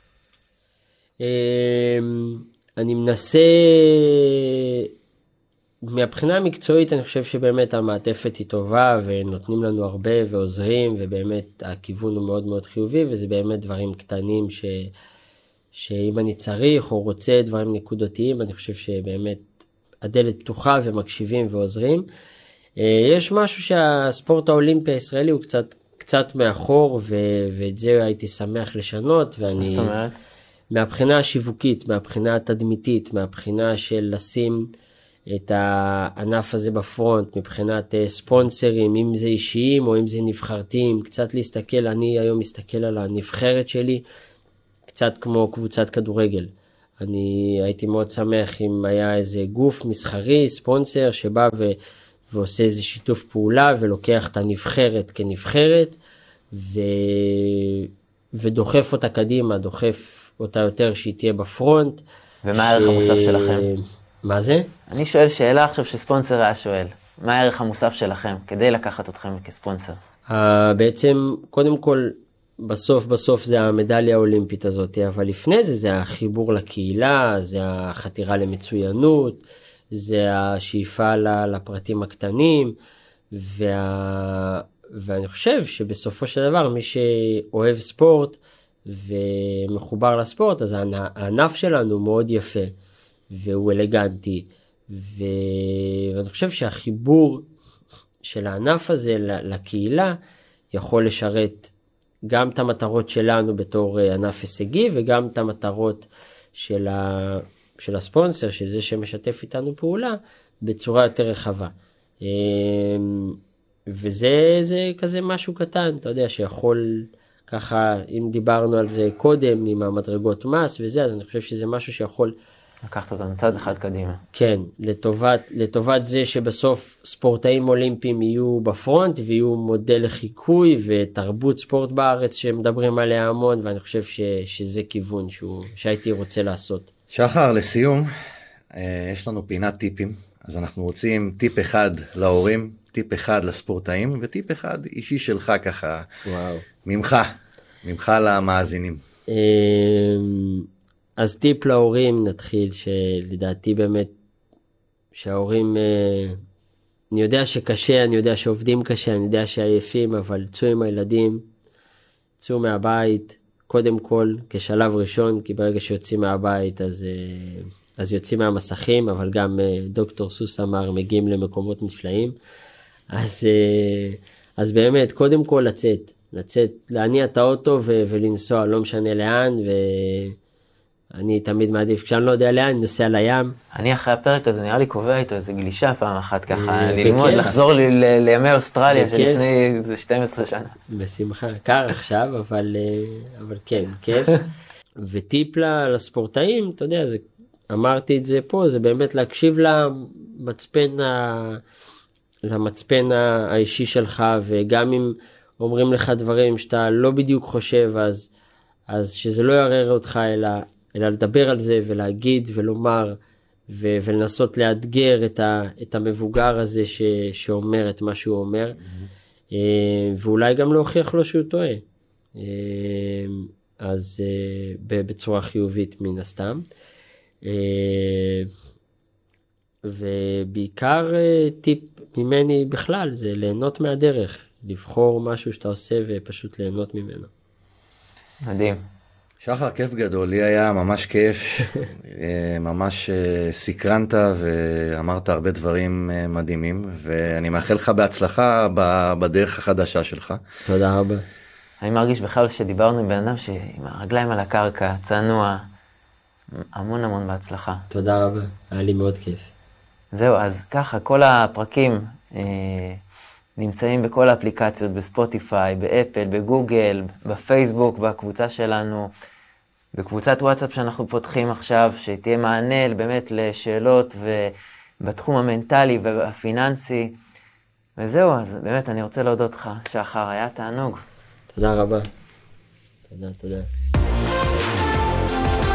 אני מנסה מהבחינה המקצועית אני חושב שבאמת המעטפת היא טובה ונותנים לנו הרבה ועוזרים, ובאמת הכיוון הוא מאוד מאוד חיובי, וזה באמת דברים קטנים שאם אני צריך או רוצה דברים נקודתיים, אני חושב שבאמת הדלת פתוחה ומקשיבים ועוזרים. יש משהו שהספורט האולימפי הישראלי הוא קצת מאחור, ואת זה הייתי שמח לשנות, ואני... זאת אומרת? מהבחינה השיווקית, מהבחינה התדמיתית, מהבחינה של לשים את הענף הזה בפרונט, מבחינת ספונסרים, אם זה אישיים או אם זה נבחרתיים, קצת להסתכל, אני היום מסתכל על הנבחרת שלי, קצת כמו קבוצת כדורגל. אני הייתי מאוד שמח אם היה איזה גוף מסחרי, ספונסר, שבא ועושה איזה שיתוף פעולה, ולוקח את הנבחרת כנבחרת, ודוחף אותה קדימה, דוחף אותה יותר שהיא תהיה בפרונט. ומה הערך המוסף שלכם? מה זה? אני שואל שאלה עכשיו שספונסר היה שואל. מה הערך המוסף שלכם כדי לקחת אתכם כספונסר? בעצם, קודם כל, בסוף זה המדליה האולימפית הזאת, אבל לפני זה החיבור לקהילה, זה החתירה למצוינות, זה השאיפה לפרטים הקטנים, ואני חושב שבסופו של דבר, מי שאוהב ספורט ומחובר לספורט, אז הענף שלנו מאוד יפה, והוא אלגנטי, ואני חושב שהחיבור של הענף הזה לקהילה, יכול לשרת גם את המטרות שלנו בתור ענף הישגי, וגם את המטרות של הספונסר, של זה שמשתף איתנו פעולה, בצורה יותר רחבה. וזה כזה משהו קטן, אתה יודע, שיכול ככה, אם דיברנו על זה קודם, עם המדרגות מס וזה, אז אני חושב שזה משהו שיכול... לקחת אותנו צד אחד קדימה. כן, לטובת זה שבסוף ספורטאים אולימפיים יהיו בפרונט, ויהיו מודל לחיקוי ותרבות ספורט בארץ שמדברים עליה המון, ואני חושב שזה כיוון שהייתי רוצה לעשות. שחר, לסיום, יש לנו פינת טיפים, אז אנחנו רוצים טיפ אחד להורים, טיפ אחד לספורטאים, וטיפ אחד אישי שלך ככה, וואו. ממך למאזינים. אז טיפ להורים נתחיל, שלדעתי באמת שההורים, אני יודע שקשה, אני יודע שעובדים קשה, אני יודע שעייפים, אבל צאו עם הילדים, צאו מהבית, קודם כל כשלב ראשון, כי ברגע שיוצאים מהבית אז יוצאים מהמסכים, אבל גם דוקטור סוס אמר, מגיעים למקומות נפלאים, אז באמת קודם כל לצאת, להניע את האוטו ולנסוע, לא משנה לאן, אני תמיד מעדיף, כשאני לא יודע לאן, אני נוסע לים. אני אחרי הפרק הזה נראה לי קובע איתו איזה גלישה פעם אחת ככה, ללמוד, לחזור לימי אוסטרליה שלפני 12 שנה. בשמחה, קר עכשיו, אבל כן, כיף. וטיפ לספורטאים, אתה יודע, אמרתי את זה פה, זה באמת להקשיב למצפן האישי שלך, וגם אם אומרים לך דברים שאתה לא בדיוק חושב, אז שזה לא יערער אותך, אלא לדבר על זה ולהגיד ולומר ולנסות לאתגר את המבוגר הזה שאומר את מה שהוא אומר, ואולי גם להוכיח לו שהוא טועה. אז בצורה חיובית מן הסתם. ובעיקר טיפ ממני בכלל זה ליהנות מהדרך, לבחור משהו שאתה עושה ופשוט ליהנות ממנו. מדהים. שחר, כיף גדול, לי היה ממש כיף, ממש סקרנת ואמרת הרבה דברים מדהימים, ואני מאחל לך בהצלחה בדרך החדשה שלך. תודה רבה. אני מרגיש בכלל שדיברנו עם בן אדם שעם הרגליים על הקרקע, צנוע, המון בהצלחה. תודה רבה, היה לי מאוד כיף. זהו, אז ככה, כל הפרקים נמצאים בכל האפליקציות, בספוטיפיי, באפל, בגוגל, בפייסבוק, בקבוצה שלנו, בקבוצת וואטסאפ שאנחנו פותחים עכשיו, שתהיה מענה באמת לשאלות בתחום המנטלי והפיננסי. וזהו, אז באמת אני רוצה להודות לך, שחר, היה תענוג. תודה רבה. תודה.